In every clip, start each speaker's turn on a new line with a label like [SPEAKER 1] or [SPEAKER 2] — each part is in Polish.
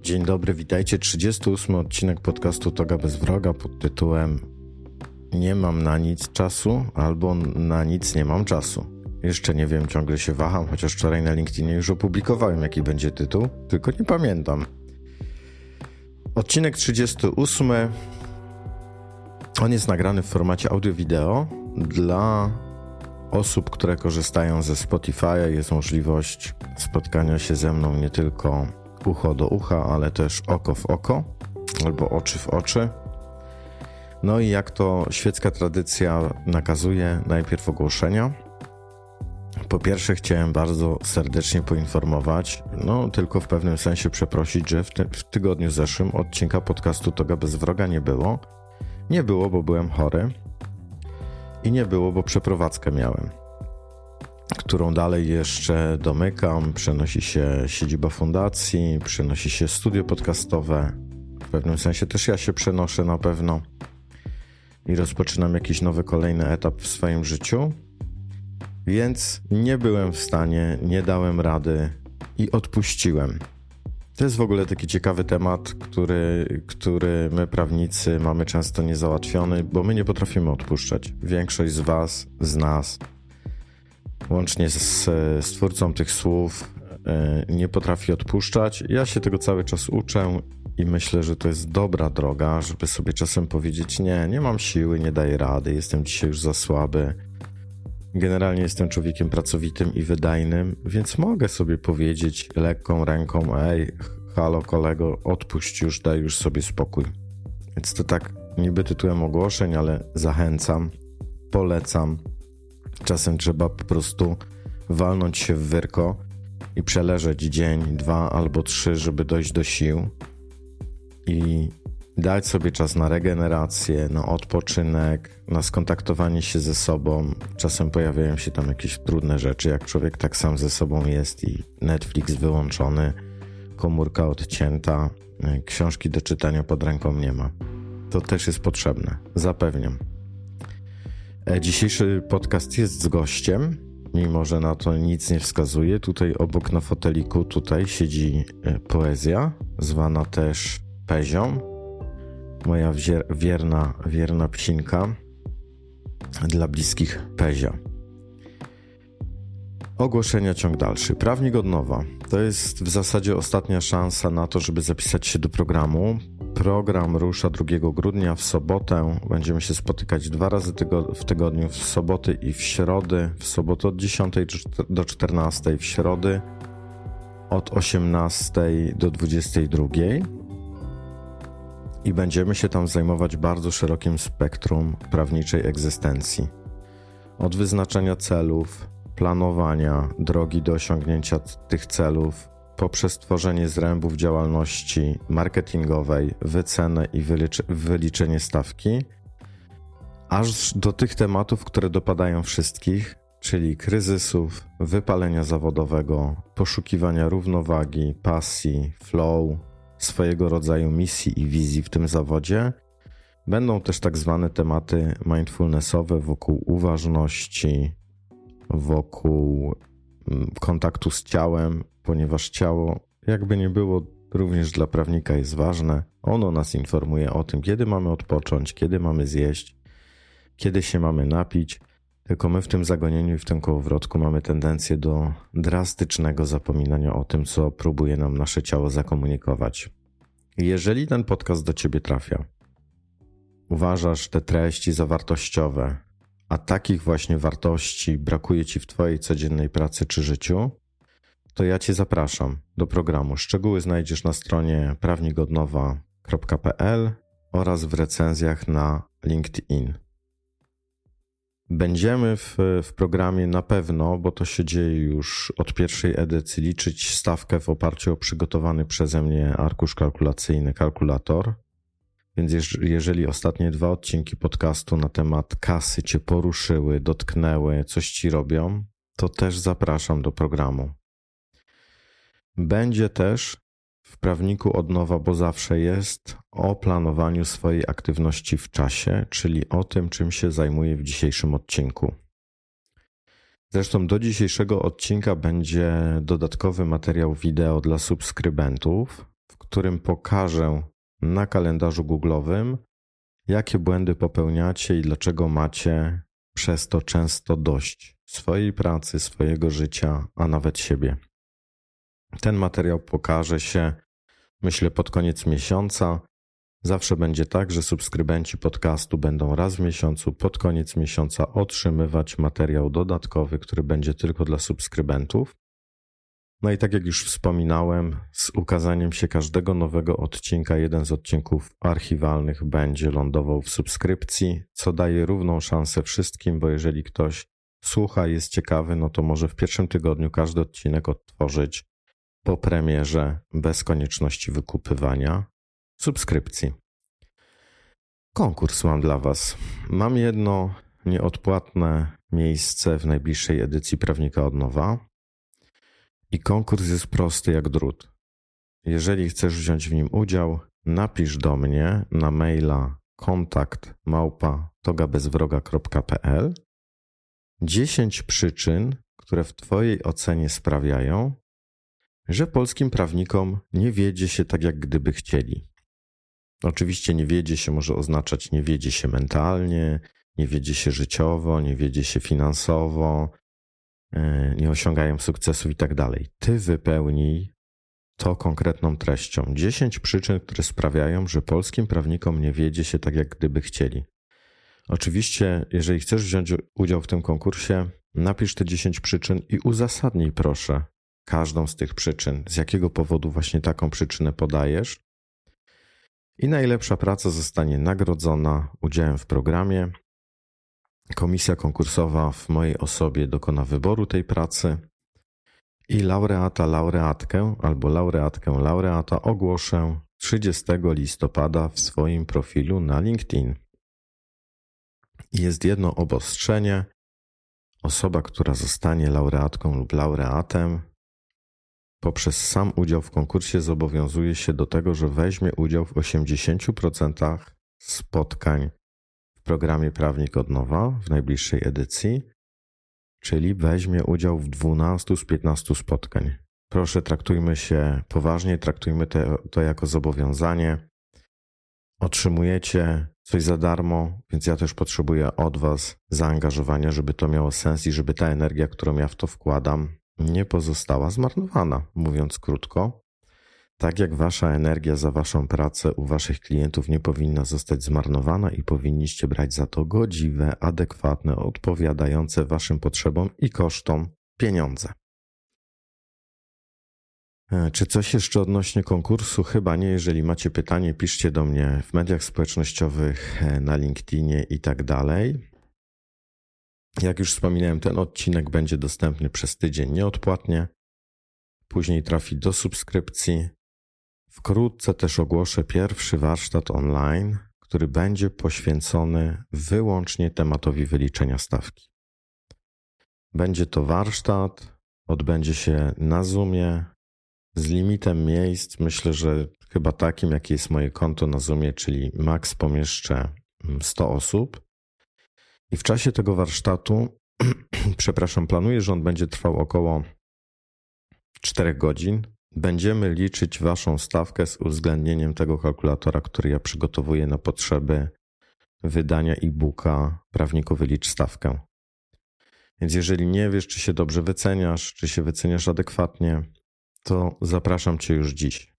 [SPEAKER 1] Dzień dobry, witajcie. 38 odcinek podcastu Toga bez wroga pod tytułem Nie mam na nic czasu albo na nic nie mam czasu. Jeszcze nie wiem, ciągle się waham, chociaż wczoraj na LinkedInie już opublikowałem, jaki będzie tytuł, tylko nie pamiętam. Odcinek 38. On jest nagrany w formacie audio-wideo. Dla osób, które korzystają ze Spotify'a, jest możliwość spotkania się ze mną nie tylko ucho do ucha, ale też oko w oko albo oczy w oczy. No i jak to świecka tradycja nakazuje, najpierw ogłoszenia. Po pierwsze chciałem bardzo serdecznie poinformować, tylko w pewnym sensie przeprosić, że w tygodniu zeszłym odcinka podcastu Toga bez wroga nie było. Nie było, bo byłem chory i nie było, bo przeprowadzkę miałem, którą dalej jeszcze domykam. Przenosi się siedziba fundacji, przenosi się studio podcastowe. W pewnym sensie też ja się przenoszę na pewno i rozpoczynam jakiś nowy, kolejny etap w swoim życiu. Więc nie byłem w stanie, nie dałem rady i odpuściłem. To jest w ogóle taki ciekawy temat, który my prawnicy mamy często niezałatwiony, bo my nie potrafimy odpuszczać. Większość z was, z nas, łącznie z twórcą tych słów, nie potrafi odpuszczać. Ja się tego cały czas uczę i myślę, że to jest dobra droga, żeby sobie czasem powiedzieć: nie mam siły, nie daję rady, jestem dzisiaj już za słaby. Generalnie jestem człowiekiem pracowitym i wydajnym, więc mogę sobie powiedzieć lekką ręką: ej, halo kolego, odpuść już, daj już sobie spokój. Więc to tak niby tytułem ogłoszeń, ale zachęcam, polecam. Czasem trzeba po prostu walnąć się w wyrko i przeleżeć dzień, 2 albo 3, żeby dojść do sił i dać sobie czas na regenerację, na odpoczynek, na skontaktowanie się ze sobą. Czasem pojawiają się tam jakieś trudne rzeczy, jak człowiek tak sam ze sobą jest i Netflix wyłączony, komórka odcięta, książki do czytania pod ręką nie ma. To też jest potrzebne, zapewniam. Dzisiejszy podcast jest z gościem, mimo że na to nic nie wskazuje. Tutaj obok na foteliku siedzi poezja, zwana też Pezią. Moja wierna psinka, dla bliskich Pezia. Ogłoszenia, ciąg dalszy. Prawnik od nowa. To jest w zasadzie ostatnia szansa na to, żeby zapisać się do programu. Program rusza 2 grudnia w sobotę. Będziemy się spotykać 2 razy w tygodniu, w soboty i w środy. W sobotę od 10 do 14, w środy od 18 do 22. I będziemy się tam zajmować bardzo szerokim spektrum prawniczej egzystencji. Od wyznaczenia celów, planowania drogi do osiągnięcia tych celów, poprzez tworzenie zrębów działalności marketingowej, wycenę i wyliczenie stawki, aż do tych tematów, które dopadają wszystkich, czyli kryzysów, wypalenia zawodowego, poszukiwania równowagi, pasji, flow, swojego rodzaju misji i wizji w tym zawodzie. Będą też tak zwane tematy mindfulnessowe wokół uważności, wokół kontaktu z ciałem, ponieważ ciało, jakby nie było, również dla prawnika jest ważne. Ono nas informuje o tym, kiedy mamy odpocząć, kiedy mamy zjeść, kiedy się mamy napić. Tylko my w tym zagonieniu i w tym kołowrotku mamy tendencję do drastycznego zapominania o tym, co próbuje nam nasze ciało zakomunikować. Jeżeli ten podcast do ciebie trafia, uważasz te treści za wartościowe, a takich właśnie wartości brakuje ci w twojej codziennej pracy czy życiu, to ja cię zapraszam do programu. Szczegóły znajdziesz na stronie prawnikodnowa.pl oraz w recenzjach na LinkedIn. Będziemy w programie na pewno, bo to się dzieje już od pierwszej edycji, liczyć stawkę w oparciu o przygotowany przeze mnie arkusz kalkulacyjny, kalkulator. Więc jeżeli ostatnie 2 odcinki podcastu na temat kasy cię poruszyły, dotknęły, coś ci robią, to też zapraszam do programu. Będzie też w Prawniku od nowa, bo zawsze jest, o planowaniu swojej aktywności w czasie, czyli o tym, czym się zajmuję w dzisiejszym odcinku. Zresztą do dzisiejszego odcinka będzie dodatkowy materiał wideo dla subskrybentów. w którym pokażę na kalendarzu Google'owym, jakie błędy popełniacie i dlaczego macie przez to często dość swojej pracy, swojego życia, a nawet siebie. Ten materiał pokaże się, myślę, pod koniec miesiąca. Zawsze będzie tak, że subskrybenci podcastu będą raz w miesiącu, pod koniec miesiąca otrzymywać materiał dodatkowy, który będzie tylko dla subskrybentów. No i tak jak już wspominałem, z ukazaniem się każdego nowego odcinka, jeden z odcinków archiwalnych będzie lądował w subskrypcji, co daje równą szansę wszystkim, bo jeżeli ktoś słucha, jest ciekawy, no to może w pierwszym tygodniu każdy odcinek odtworzyć po premierze bez konieczności wykupywania subskrypcji. Konkurs mam dla Was. Mam jedno nieodpłatne miejsce w najbliższej edycji Prawnika od nowa i konkurs jest prosty jak drut. Jeżeli chcesz wziąć w nim udział, napisz do mnie na maila kontakt@togabezwroga.pl 10 przyczyn, które w Twojej ocenie sprawiają, że polskim prawnikom nie wiedzie się tak, jak gdyby chcieli. Oczywiście nie wiedzie się może oznaczać nie wiedzie się mentalnie, nie wiedzie się życiowo, nie wiedzie się finansowo, nie osiągają sukcesów i tak dalej. Ty wypełnij to konkretną treścią. 10 przyczyn, które sprawiają, że polskim prawnikom nie wiedzie się tak, jak gdyby chcieli. Oczywiście, jeżeli chcesz wziąć udział w tym konkursie, napisz te 10 przyczyn i uzasadnij proszę każdą z tych przyczyn, z jakiego powodu właśnie taką przyczynę podajesz. I najlepsza praca zostanie nagrodzona udziałem w programie. Komisja konkursowa w mojej osobie dokona wyboru tej pracy i laureatkę albo laureata ogłoszę 30 listopada w swoim profilu na LinkedIn. Jest jedno obostrzenie. Osoba, która zostanie laureatką lub laureatem, poprzez sam udział w konkursie zobowiązuje się do tego, że weźmie udział w 80% spotkań w programie Prawnik od nowa w najbliższej edycji, czyli weźmie udział w 12 z 15 spotkań. Proszę, traktujmy się poważnie, traktujmy to jako zobowiązanie. Otrzymujecie coś za darmo, więc ja też potrzebuję od Was zaangażowania, żeby to miało sens i żeby ta energia, którą ja w to wkładam, nie pozostała zmarnowana. Mówiąc krótko, tak jak Wasza energia za Waszą pracę u Waszych klientów nie powinna zostać zmarnowana i powinniście brać za to godziwe, adekwatne, odpowiadające Waszym potrzebom i kosztom pieniądze. Czy coś jeszcze odnośnie konkursu? Chyba nie. Jeżeli macie pytanie, piszcie do mnie w mediach społecznościowych, na LinkedInie i tak dalej. Jak już wspominałem, ten odcinek będzie dostępny przez tydzień nieodpłatnie. Później trafi do subskrypcji. Wkrótce też ogłoszę pierwszy warsztat online, który będzie poświęcony wyłącznie tematowi wyliczenia stawki. Będzie to warsztat, odbędzie się na Zoomie z limitem miejsc. Myślę, że chyba takim, jakie jest moje konto na Zoomie, czyli maks pomieszczę 100 osób. I w czasie tego warsztatu, planuję, że on będzie trwał około 4 godzin. Będziemy liczyć Waszą stawkę z uwzględnieniem tego kalkulatora, który ja przygotowuję na potrzeby wydania e-booka Prawniku Wylicz Stawkę. Więc jeżeli nie wiesz, czy się dobrze wyceniasz, czy się wyceniasz adekwatnie, to zapraszam Cię już dziś.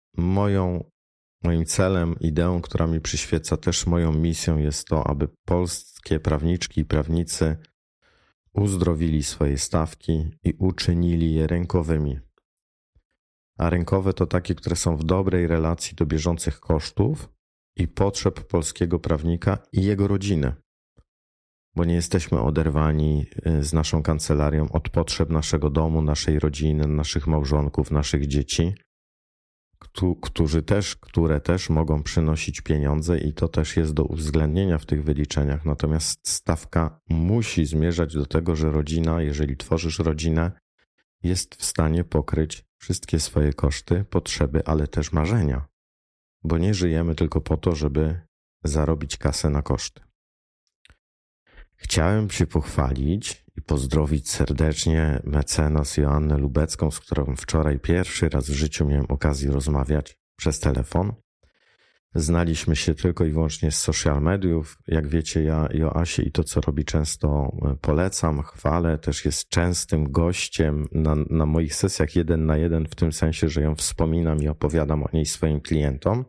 [SPEAKER 1] Moim celem, ideą, która mi przyświeca, też moją misją jest to, aby polskie prawniczki i prawnicy uzdrowili swoje stawki i uczynili je rynkowymi. A rynkowe to takie, które są w dobrej relacji do bieżących kosztów i potrzeb polskiego prawnika i jego rodziny. Bo nie jesteśmy oderwani z naszą kancelarią od potrzeb naszego domu, naszej rodziny, naszych małżonków, naszych dzieci, które też mogą przynosić pieniądze i to też jest do uwzględnienia w tych wyliczeniach. Natomiast stawka musi zmierzać do tego, że rodzina, jeżeli tworzysz rodzinę, jest w stanie pokryć wszystkie swoje koszty, potrzeby, ale też marzenia. Bo nie żyjemy tylko po to, żeby zarobić kasę na koszty. Chciałem się pochwalić i pozdrowić serdecznie mecenas Joannę Lubecką, z którą wczoraj pierwszy raz w życiu miałem okazję rozmawiać przez telefon. Znaliśmy się tylko i wyłącznie z social mediów. Jak wiecie, ja Joasię i to, co robi, często polecam, chwalę. Też jest częstym gościem na moich sesjach 1 na 1, w tym sensie, że ją wspominam i opowiadam o niej swoim klientom.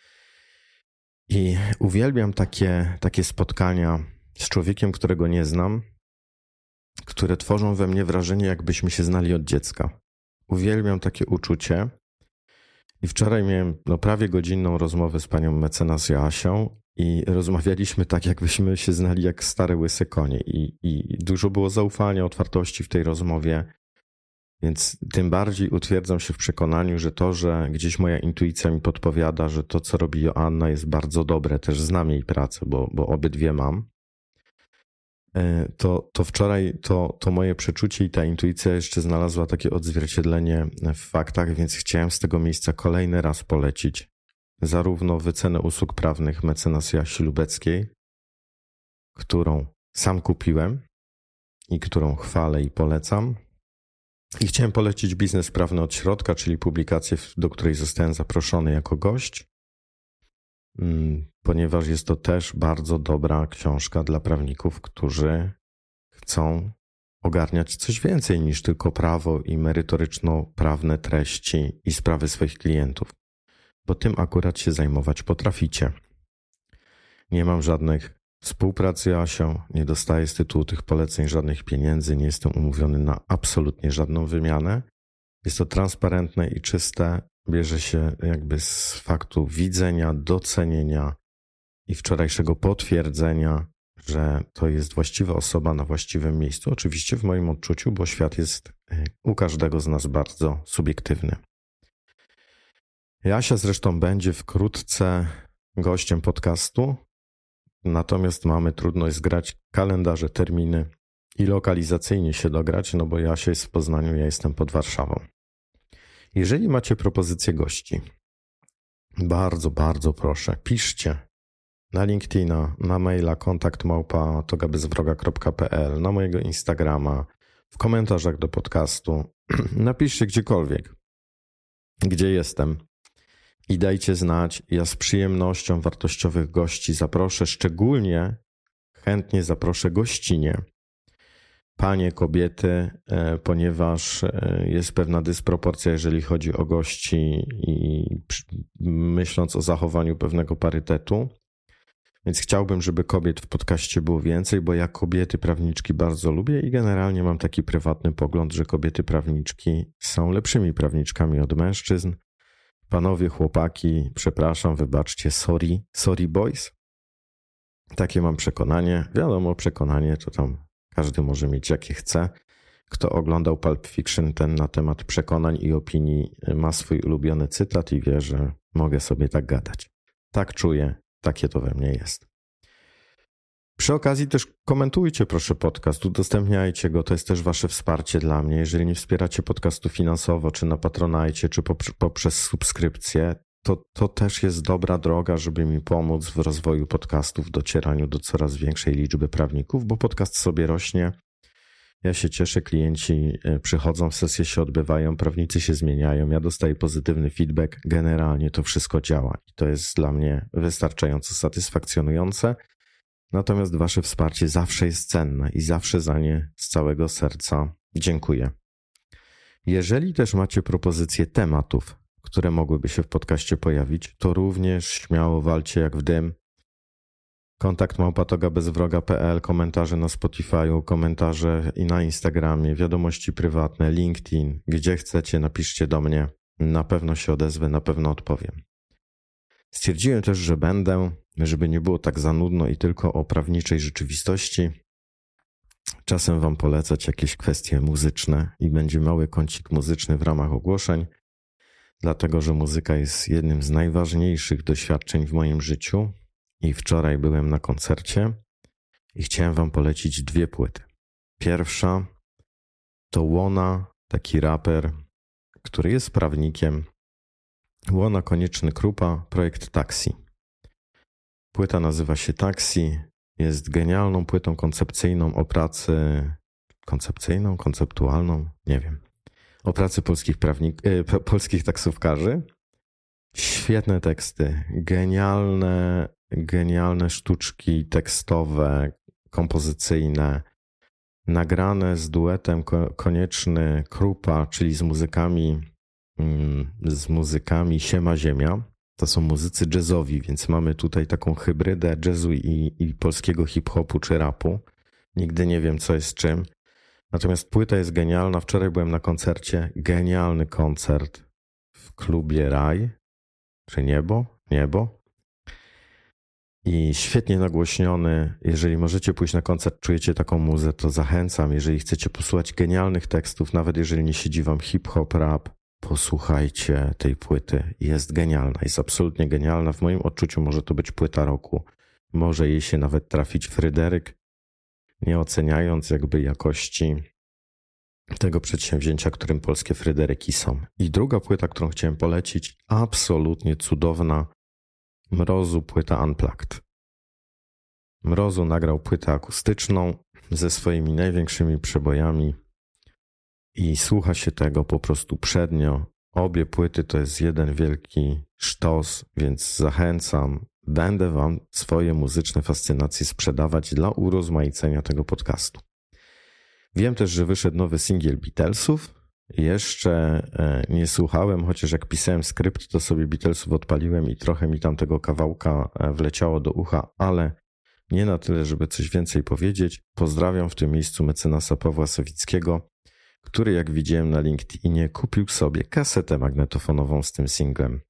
[SPEAKER 1] I uwielbiam takie spotkania z człowiekiem, którego nie znam, które tworzą we mnie wrażenie, jakbyśmy się znali od dziecka. Uwielbiam takie uczucie. I wczoraj miałem prawie godzinną rozmowę z panią mecenas Joasią i rozmawialiśmy tak, jakbyśmy się znali jak stare łyse konie. I dużo było zaufania, otwartości w tej rozmowie, więc tym bardziej utwierdzam się w przekonaniu, że to, że gdzieś moja intuicja mi podpowiada, że to, co robi Joanna, jest bardzo dobre. Też znam jej pracę, bo obydwie mam. To wczoraj to moje przeczucie i ta intuicja jeszcze znalazła takie odzwierciedlenie w faktach, więc chciałem z tego miejsca kolejny raz polecić zarówno wycenę usług prawnych mecenas Joasi Lubeckiej, którą sam kupiłem i którą chwalę i polecam. I chciałem polecić Biznes Prawny od środka, czyli publikację, do której zostałem zaproszony jako gość, ponieważ jest to też bardzo dobra książka dla prawników, którzy chcą ogarniać coś więcej niż tylko prawo i merytoryczno-prawne treści i sprawy swoich klientów, bo tym akurat się zajmować potraficie. Nie mam żadnych współprac z Joasią, nie dostaję z tytułu tych poleceń żadnych pieniędzy, nie jestem umówiony na absolutnie żadną wymianę. Jest to transparentne i czyste, bierze się jakby z faktu widzenia, docenienia i wczorajszego potwierdzenia, że to jest właściwa osoba na właściwym miejscu. Oczywiście w moim odczuciu, bo świat jest u każdego z nas bardzo subiektywny. Joasia zresztą będzie wkrótce gościem podcastu, natomiast mamy trudność zgrać kalendarze, terminy i lokalizacyjnie się dograć, bo Joasia jest w Poznaniu, ja jestem pod Warszawą. Jeżeli macie propozycje gości, bardzo, bardzo proszę, piszcie na LinkedIna, na maila kontakt@togabezwroga.pl, na mojego Instagrama, w komentarzach do podcastu. Napiszcie gdziekolwiek, gdzie jestem i dajcie znać. Ja z przyjemnością wartościowych gości zaproszę, szczególnie chętnie zaproszę gościnie. Panie, kobiety, ponieważ jest pewna dysproporcja, jeżeli chodzi o gości i myśląc o zachowaniu pewnego parytetu. Więc chciałbym, żeby kobiet w podcaście było więcej, bo ja kobiety prawniczki bardzo lubię i generalnie mam taki prywatny pogląd, że kobiety prawniczki są lepszymi prawniczkami od mężczyzn. Panowie, chłopaki, przepraszam, wybaczcie, sorry boys. Takie mam przekonanie. Wiadomo, przekonanie to tam każdy może mieć jakie chce. Kto oglądał Pulp Fiction, ten na temat przekonań i opinii ma swój ulubiony cytat i wie, że mogę sobie tak gadać. Tak czuję, takie to we mnie jest. Przy okazji też komentujcie proszę podcast, udostępniajcie go, to jest też wasze wsparcie dla mnie. Jeżeli nie wspieracie podcastu finansowo, czy na Patronite, czy poprzez subskrypcję, to też jest dobra droga, żeby mi pomóc w rozwoju podcastów, w docieraniu do coraz większej liczby prawników, bo podcast sobie rośnie. Ja się cieszę, klienci przychodzą, sesje się odbywają, prawnicy się zmieniają, ja dostaję pozytywny feedback, generalnie to wszystko działa i to jest dla mnie wystarczająco satysfakcjonujące. Natomiast wasze wsparcie zawsze jest cenne i zawsze za nie z całego serca dziękuję. Jeżeli też macie propozycje tematów, które mogłyby się w podcaście pojawić, to również śmiało walcie jak w dym. kontakt@togabezwroga.pl, komentarze na Spotify'u, komentarze i na Instagramie, wiadomości prywatne, LinkedIn, gdzie chcecie, napiszcie do mnie. Na pewno się odezwę, na pewno odpowiem. Stwierdziłem też, że będę, żeby nie było tak za nudno i tylko o prawniczej rzeczywistości, czasem wam polecać jakieś kwestie muzyczne i będzie mały kącik muzyczny w ramach ogłoszeń, dlatego że muzyka jest jednym z najważniejszych doświadczeń w moim życiu i wczoraj byłem na koncercie i chciałem wam polecić 2 płyty. Pierwsza to Łona, taki raper, który jest prawnikiem. Łona Konieczny-Krupa, projekt Taxi. Płyta nazywa się Taxi, jest genialną płytą koncepcyjną o pracy koncepcyjną, konceptualną, nie wiem. O pracy polskich taksówkarzy. Świetne teksty, genialne sztuczki tekstowe, kompozycyjne, nagrane z duetem Konieczny Krupa, czyli z muzykami Siema Ziemia. To są muzycy jazzowi, więc mamy tutaj taką hybrydę jazzu i polskiego hip-hopu czy rapu. Nigdy nie wiem, co jest czym. Natomiast płyta jest genialna. Wczoraj byłem na koncercie. Genialny koncert w klubie Raj. Czy Niebo. I świetnie nagłośniony. Jeżeli możecie pójść na koncert, czujecie taką muzę, to zachęcam. Jeżeli chcecie posłuchać genialnych tekstów, nawet jeżeli nie siedzi wam hip-hop, rap, posłuchajcie tej płyty. Jest genialna, jest absolutnie genialna. W moim odczuciu może to być płyta roku. Może jej się nawet trafić Fryderyk, nie oceniając jakby jakości tego przedsięwzięcia, którym polskie Fryderyki są. I druga płyta, którą chciałem polecić, absolutnie cudowna, Mrozu, płyta Unplugged. Mrozu nagrał płytę akustyczną ze swoimi największymi przebojami i słucha się tego po prostu przednio. Obie płyty to jest jeden wielki sztos, więc zachęcam. Będę wam swoje muzyczne fascynacje sprzedawać dla urozmaicenia tego podcastu. Wiem też, że wyszedł nowy singiel Beatlesów. Jeszcze nie słuchałem, chociaż jak pisałem skrypt, to sobie Beatlesów odpaliłem i trochę mi tam tego kawałka wleciało do ucha, ale nie na tyle, żeby coś więcej powiedzieć. Pozdrawiam w tym miejscu mecenasa Pawła Sawickiego, który, jak widziałem na LinkedInie, kupił sobie kasetę magnetofonową z tym singlem.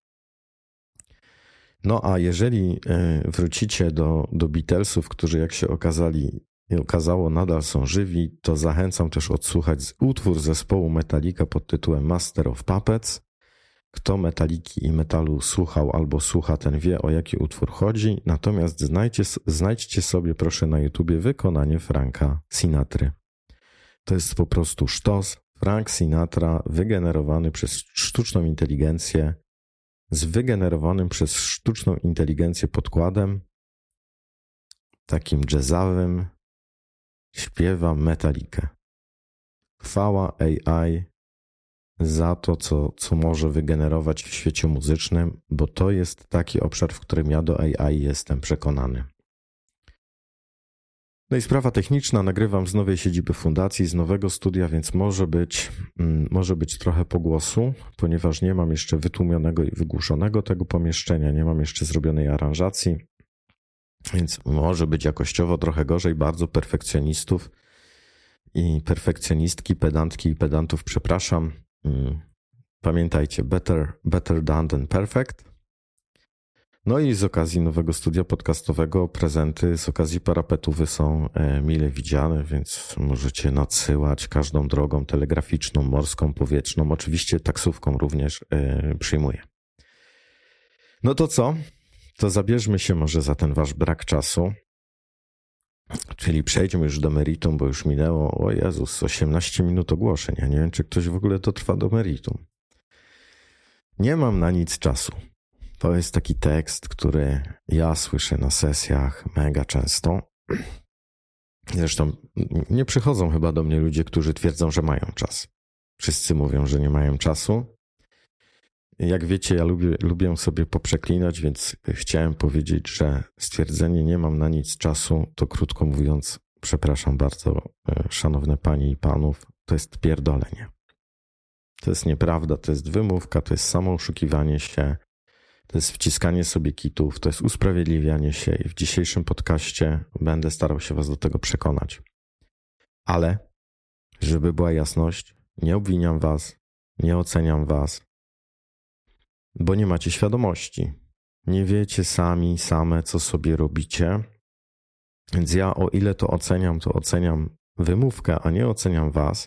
[SPEAKER 1] No a jeżeli wrócicie do Beatlesów, którzy jak się okazało nadal są żywi, to zachęcam też odsłuchać utwór zespołu Metallica pod tytułem Master of Puppets. Kto Metalliki i metalu słuchał albo słucha, ten wie, o jaki utwór chodzi. Natomiast znajdźcie sobie proszę na YouTubie wykonanie Franka Sinatry. To jest po prostu sztos. Frank Sinatra wygenerowany przez sztuczną inteligencję, z wygenerowanym przez sztuczną inteligencję podkładem, takim jazzowym, śpiewa Metallicę. Chwała AI za to, co może wygenerować w świecie muzycznym, bo to jest taki obszar, w którym ja do AI jestem przekonany. No i sprawa techniczna, nagrywam z nowej siedziby fundacji, z nowego studia, więc może być trochę pogłosu, ponieważ nie mam jeszcze wytłumionego i wygłuszonego tego pomieszczenia, nie mam jeszcze zrobionej aranżacji, więc może być jakościowo trochę gorzej. Bardzo perfekcjonistów i perfekcjonistki, pedantki i pedantów przepraszam. Pamiętajcie, better done than perfect. No i z okazji nowego studia podcastowego prezenty z okazji parapetówy są mile widziane, więc możecie nadsyłać każdą drogą telegraficzną, morską, powietrzną. Oczywiście taksówką również przyjmuję. No to co? To zabierzmy się może za ten wasz brak czasu. Czyli przejdźmy już do meritum, bo już minęło, o Jezus, 18 minut ogłoszeń. Ja nie wiem, czy ktoś w ogóle dotrwa do meritum. Nie mam na nic czasu. To jest taki tekst, który ja słyszę na sesjach mega często. Zresztą nie przychodzą chyba do mnie ludzie, którzy twierdzą, że mają czas. Wszyscy mówią, że nie mają czasu. Jak wiecie, ja lubię sobie poprzeklinać, więc chciałem powiedzieć, że stwierdzenie nie mam na nic czasu, to krótko mówiąc, przepraszam bardzo, szanowne panie i panów, to jest pierdolenie. To jest nieprawda, to jest wymówka, to jest samo oszukiwanie się, to jest wciskanie sobie kitów, to jest usprawiedliwianie się i w dzisiejszym podcaście będę starał się was do tego przekonać. Ale, żeby była jasność, nie obwiniam was, nie oceniam was, bo nie macie świadomości. Nie wiecie same, co sobie robicie. Więc ja o ile to oceniam wymówkę, a nie oceniam was,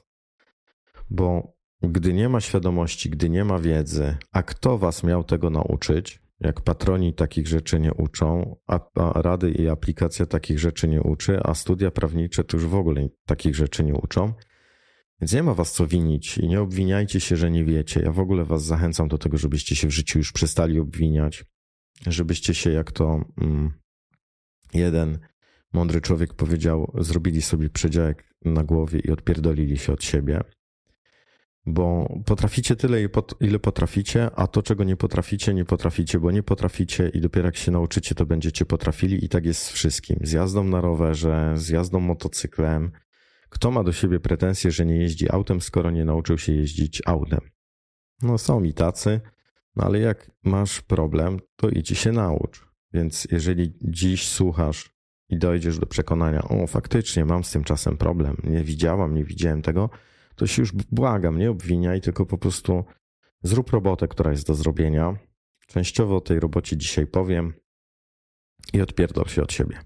[SPEAKER 1] bo gdy nie ma świadomości, gdy nie ma wiedzy, a kto was miał tego nauczyć, jak patroni takich rzeczy nie uczą, a rady i aplikacja takich rzeczy nie uczy, a studia prawnicze to już w ogóle takich rzeczy nie uczą, więc nie ma was co winić i nie obwiniajcie się, że nie wiecie. Ja w ogóle was zachęcam do tego, żebyście się w życiu już przestali obwiniać, żebyście się jak to jeden Mądry człowiek powiedział, zrobili sobie przedziałek na głowie i odpierdolili się od siebie, bo potraficie tyle, ile potraficie, a to, czego nie potraficie, bo nie potraficie i dopiero jak się nauczycie, to będziecie potrafili i tak jest z wszystkim. Z jazdą na rowerze, z jazdą motocyklem. Kto ma do siebie pretensje, że nie jeździ autem, skoro nie nauczył się jeździć autem? No są i tacy, no ale jak masz problem, to idź się naucz. Więc jeżeli dziś słuchasz i dojdziesz do przekonania, faktycznie mam z tym czasem problem, nie widziałem tego, to się już błagam, nie obwiniaj, tylko po prostu zrób robotę, która jest do zrobienia. Częściowo o tej robocie dzisiaj powiem i odpierdol się od siebie.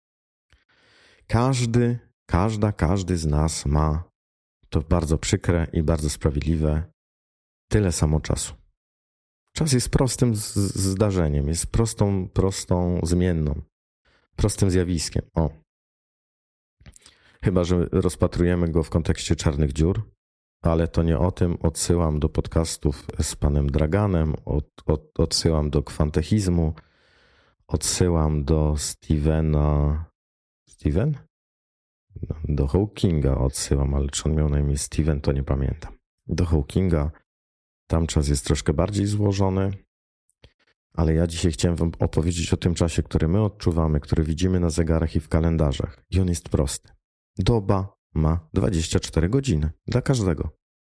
[SPEAKER 1] Każdy z nas ma, to bardzo przykre i bardzo sprawiedliwe, tyle samo czasu. Czas jest prostym zdarzeniem, jest prostą zmienną, prostym zjawiskiem. Chyba że rozpatrujemy go w kontekście czarnych dziur, ale to nie o tym. Odsyłam do podcastów z panem Draganem, odsyłam do kwantechizmu, odsyłam do do Hawkinga odsyłam, ale czy on miał na imię Steven, to nie pamiętam. Do Hawkinga, tam czas jest troszkę bardziej złożony, ale ja dzisiaj chciałem wam opowiedzieć o tym czasie, który my odczuwamy, który widzimy na zegarach i w kalendarzach. I on jest prosty. Doba ma 24 godziny dla każdego.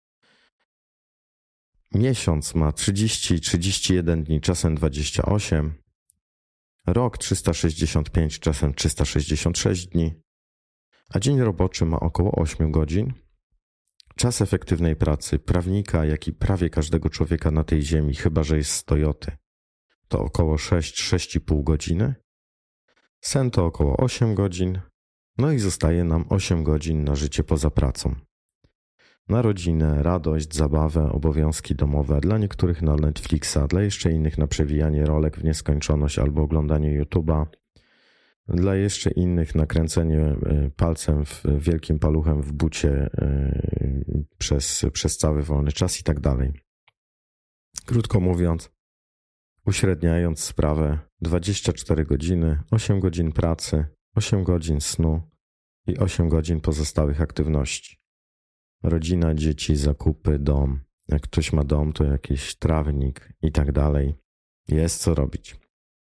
[SPEAKER 1] Miesiąc ma 30-31 dni, czasem 28. Rok 365, czasem 366 dni. A dzień roboczy ma około 8 godzin. Czas efektywnej pracy prawnika, jak i prawie każdego człowieka na tej ziemi, chyba że jest z Toyoty, to około 6-6,5 godziny. Sen to około 8 godzin. No i zostaje nam 8 godzin na życie poza pracą. Na rodzinę, radość, zabawę, obowiązki domowe, dla niektórych na Netflixa, dla jeszcze innych na przewijanie rolek w nieskończoność albo oglądanie YouTube'a, dla jeszcze innych na kręcenie palcem, wielkim paluchem w bucie przez cały wolny czas i tak dalej. Krótko mówiąc, uśredniając sprawę, 24 godziny, 8 godzin pracy, 8 godzin snu i 8 godzin pozostałych aktywności. Rodzina, dzieci, zakupy, dom. Jak ktoś ma dom, to jakiś trawnik i tak dalej. Jest co robić.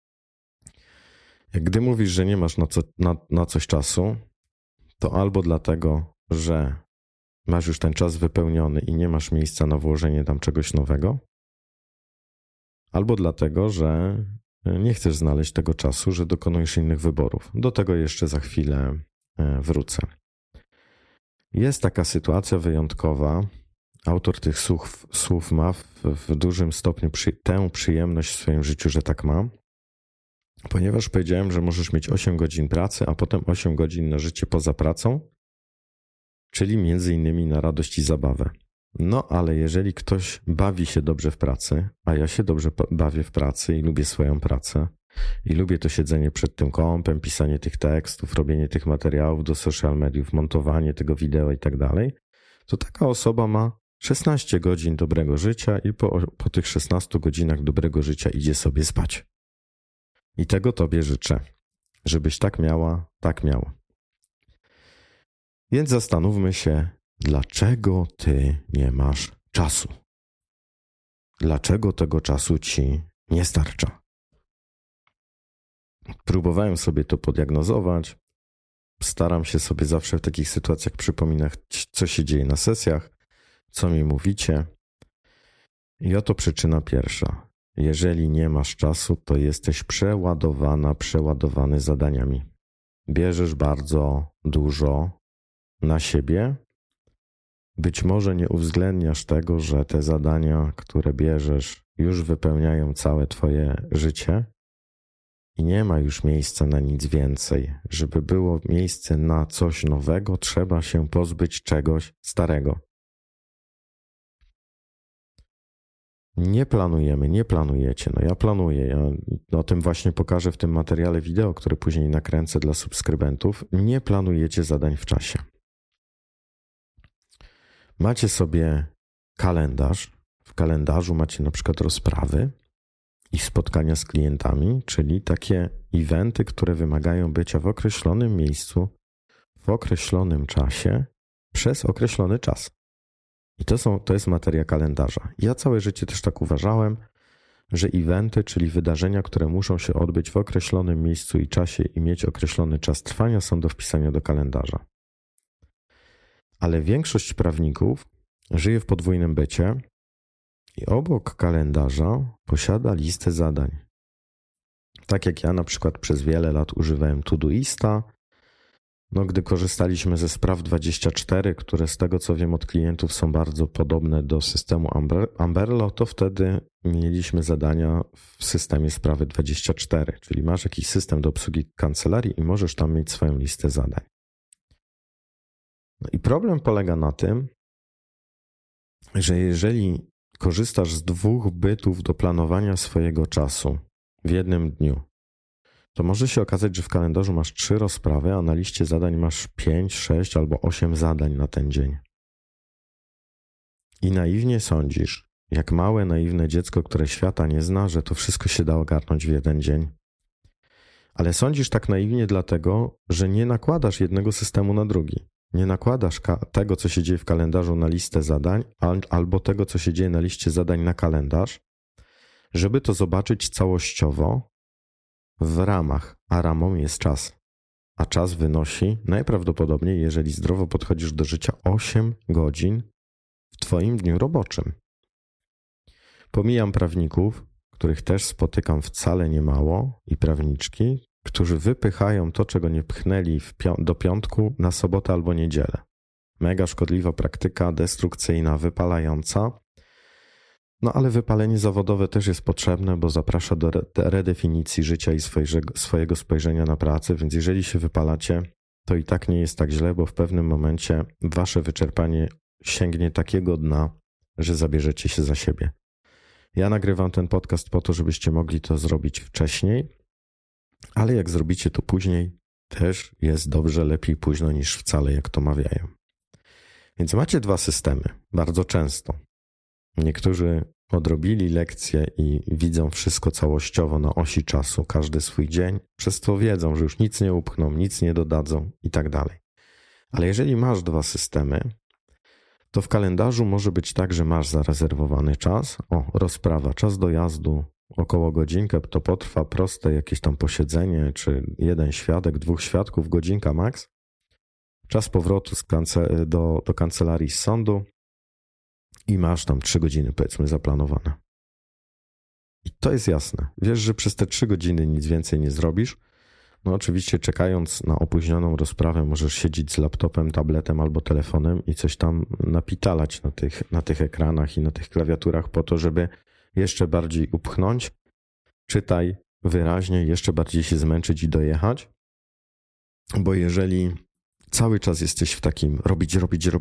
[SPEAKER 1] Gdy mówisz, że nie masz na coś czasu, to albo dlatego, że masz już ten czas wypełniony i nie masz miejsca na włożenie tam czegoś nowego, albo dlatego, że nie chcesz znaleźć tego czasu, że dokonujesz innych wyborów. Do tego jeszcze za chwilę wrócę. Jest taka sytuacja wyjątkowa. Autor tych słów ma w dużym stopniu tę przyjemność w swoim życiu, że tak ma, ponieważ powiedziałem, że możesz mieć 8 godzin pracy, a potem 8 godzin na życie poza pracą, czyli między innymi na radość i zabawę. No ale jeżeli ktoś bawi się dobrze w pracy, a ja się dobrze bawię w pracy i lubię swoją pracę i lubię to siedzenie przed tym kompem, pisanie tych tekstów, robienie tych materiałów do social mediów, montowanie tego wideo i tak dalej, to taka osoba ma 16 godzin dobrego życia i po tych 16 godzinach dobrego życia idzie sobie spać. I tego tobie życzę, żebyś tak miała, tak miał. Więc zastanówmy się, dlaczego ty nie masz czasu? Dlaczego tego czasu ci nie starcza? Próbowałem sobie to podiagnozować. Staram się sobie zawsze w takich sytuacjach przypominać, co się dzieje na sesjach, co mi mówicie. I oto przyczyna pierwsza. Jeżeli nie masz czasu, to jesteś przeładowany zadaniami. Bierzesz bardzo dużo na siebie. Być może nie uwzględniasz tego, że te zadania, które bierzesz, już wypełniają całe twoje życie i nie ma już miejsca na nic więcej. Żeby było miejsce na coś nowego, trzeba się pozbyć czegoś starego. Nie planujecie. No ja planuję. Ja o tym właśnie pokażę w tym materiale wideo, który później nakręcę dla subskrybentów. Nie planujecie zadań w czasie. Macie sobie kalendarz. W kalendarzu macie na przykład rozprawy i spotkania z klientami, czyli takie eventy, które wymagają bycia w określonym miejscu, w określonym czasie, przez określony czas. I to jest materia kalendarza. Ja całe życie też tak uważałem, że eventy, czyli wydarzenia, które muszą się odbyć w określonym miejscu i czasie i mieć określony czas trwania, są do wpisania do kalendarza. Ale większość prawników żyje w podwójnym bycie i obok kalendarza posiada listę zadań. Tak jak ja na przykład przez wiele lat używałem Todoista, gdy korzystaliśmy ze Spraw24, które z tego co wiem od klientów są bardzo podobne do systemu Amberlo, to wtedy mieliśmy zadania w systemie Sprawy24, czyli masz jakiś system do obsługi kancelarii i możesz tam mieć swoją listę zadań. I problem polega na tym, że jeżeli korzystasz z 2 bytów do planowania swojego czasu w jednym dniu, to może się okazać, że w kalendarzu masz 3 rozprawy, a na liście zadań masz 5, 6 albo 8 zadań na ten dzień. I naiwnie sądzisz, jak małe, naiwne dziecko, które świata nie zna, że to wszystko się da ogarnąć w jeden dzień. Ale sądzisz tak naiwnie dlatego, że nie nakładasz jednego systemu na drugi. Nie nakładasz tego, co się dzieje w kalendarzu na listę zadań, albo tego, co się dzieje na liście zadań na kalendarz, żeby to zobaczyć całościowo w ramach, a ramą jest czas. A czas wynosi najprawdopodobniej, jeżeli zdrowo podchodzisz do życia, 8 godzin w twoim dniu roboczym. Pomijam prawników, których też spotykam wcale niemało, i prawniczki, którzy wypychają to, czego nie pchnęli do piątku, na sobotę albo niedzielę. Mega szkodliwa praktyka, destrukcyjna, wypalająca. Ale wypalenie zawodowe też jest potrzebne, bo zaprasza do redefinicji życia i swojego spojrzenia na pracę, więc jeżeli się wypalacie, to i tak nie jest tak źle, bo w pewnym momencie wasze wyczerpanie sięgnie takiego dna, że zabierzecie się za siebie. Ja nagrywam ten podcast po to, żebyście mogli to zrobić wcześniej, ale jak zrobicie to później, też jest dobrze, lepiej późno niż wcale, jak to mawiają. Więc macie 2 systemy, bardzo często. Niektórzy odrobili lekcje i widzą wszystko całościowo na osi czasu, każdy swój dzień, przez to wiedzą, że już nic nie upchną, nic nie dodadzą i tak dalej. Ale jeżeli masz 2 systemy, to w kalendarzu może być tak, że masz zarezerwowany czas, rozprawa, czas dojazdu, około godzinkę to potrwa, proste jakieś tam posiedzenie, czy 1 świadek, 2 świadków, godzinka max, czas powrotu do kancelarii z sądu, i masz tam 3 godziny, powiedzmy, zaplanowane. I to jest jasne. Wiesz, że przez te 3 godziny nic więcej nie zrobisz. Oczywiście czekając na opóźnioną rozprawę możesz siedzieć z laptopem, tabletem albo telefonem i coś tam napitalać na tych ekranach i na tych klawiaturach po to, żeby jeszcze bardziej upchnąć. Czytaj wyraźnie, jeszcze bardziej się zmęczyć i dojechać. Bo jeżeli cały czas jesteś w takim robić,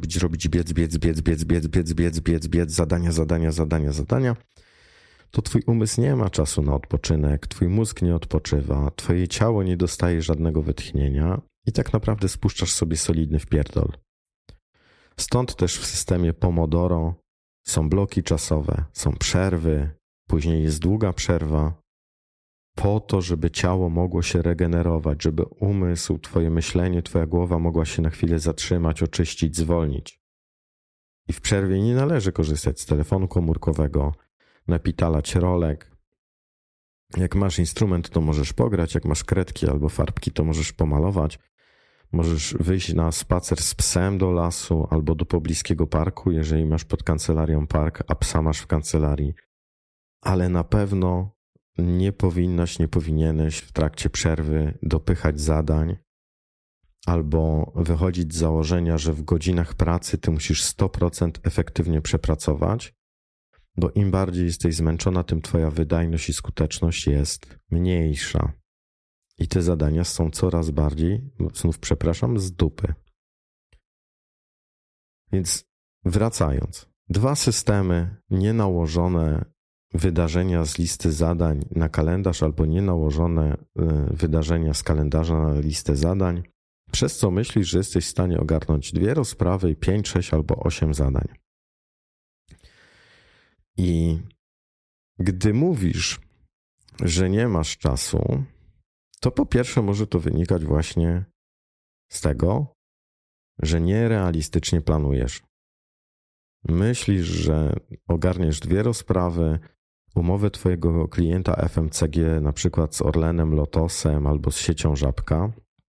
[SPEAKER 1] biec, zadania, to twój umysł nie ma czasu na odpoczynek, twój mózg nie odpoczywa, twoje ciało nie dostaje żadnego wytchnienia i tak naprawdę spuszczasz sobie solidny wpierdol. Stąd też w systemie Pomodoro są bloki czasowe, są przerwy, później jest długa przerwa, po to, żeby ciało mogło się regenerować, żeby umysł, twoje myślenie, twoja głowa mogła się na chwilę zatrzymać, oczyścić, zwolnić. I w przerwie nie należy korzystać z telefonu komórkowego, napitalać rolek. Jak masz instrument, to możesz pograć, jak masz kredki albo farbki, to możesz pomalować. Możesz wyjść na spacer z psem do lasu albo do pobliskiego parku, jeżeli masz pod kancelarią park, a psa masz w kancelarii. Ale na pewno nie powinieneś w trakcie przerwy dopychać zadań albo wychodzić z założenia, że w godzinach pracy ty musisz 100% efektywnie przepracować, bo im bardziej jesteś zmęczona, tym twoja wydajność i skuteczność jest mniejsza. I te zadania są coraz bardziej, z dupy. Więc wracając, 2 systemy nienałożone wydarzenia z listy zadań na kalendarz albo nienałożone wydarzenia z kalendarza na listę zadań, przez co myślisz, że jesteś w stanie ogarnąć 2 rozprawy i 5, 6 albo 8 zadań. I gdy mówisz, że nie masz czasu, to po pierwsze może to wynikać właśnie z tego, że nierealistycznie planujesz. Myślisz, że ogarniesz 2 rozprawy, umowę twojego klienta FMCG, na przykład z Orlenem, Lotosem albo z siecią Żabka,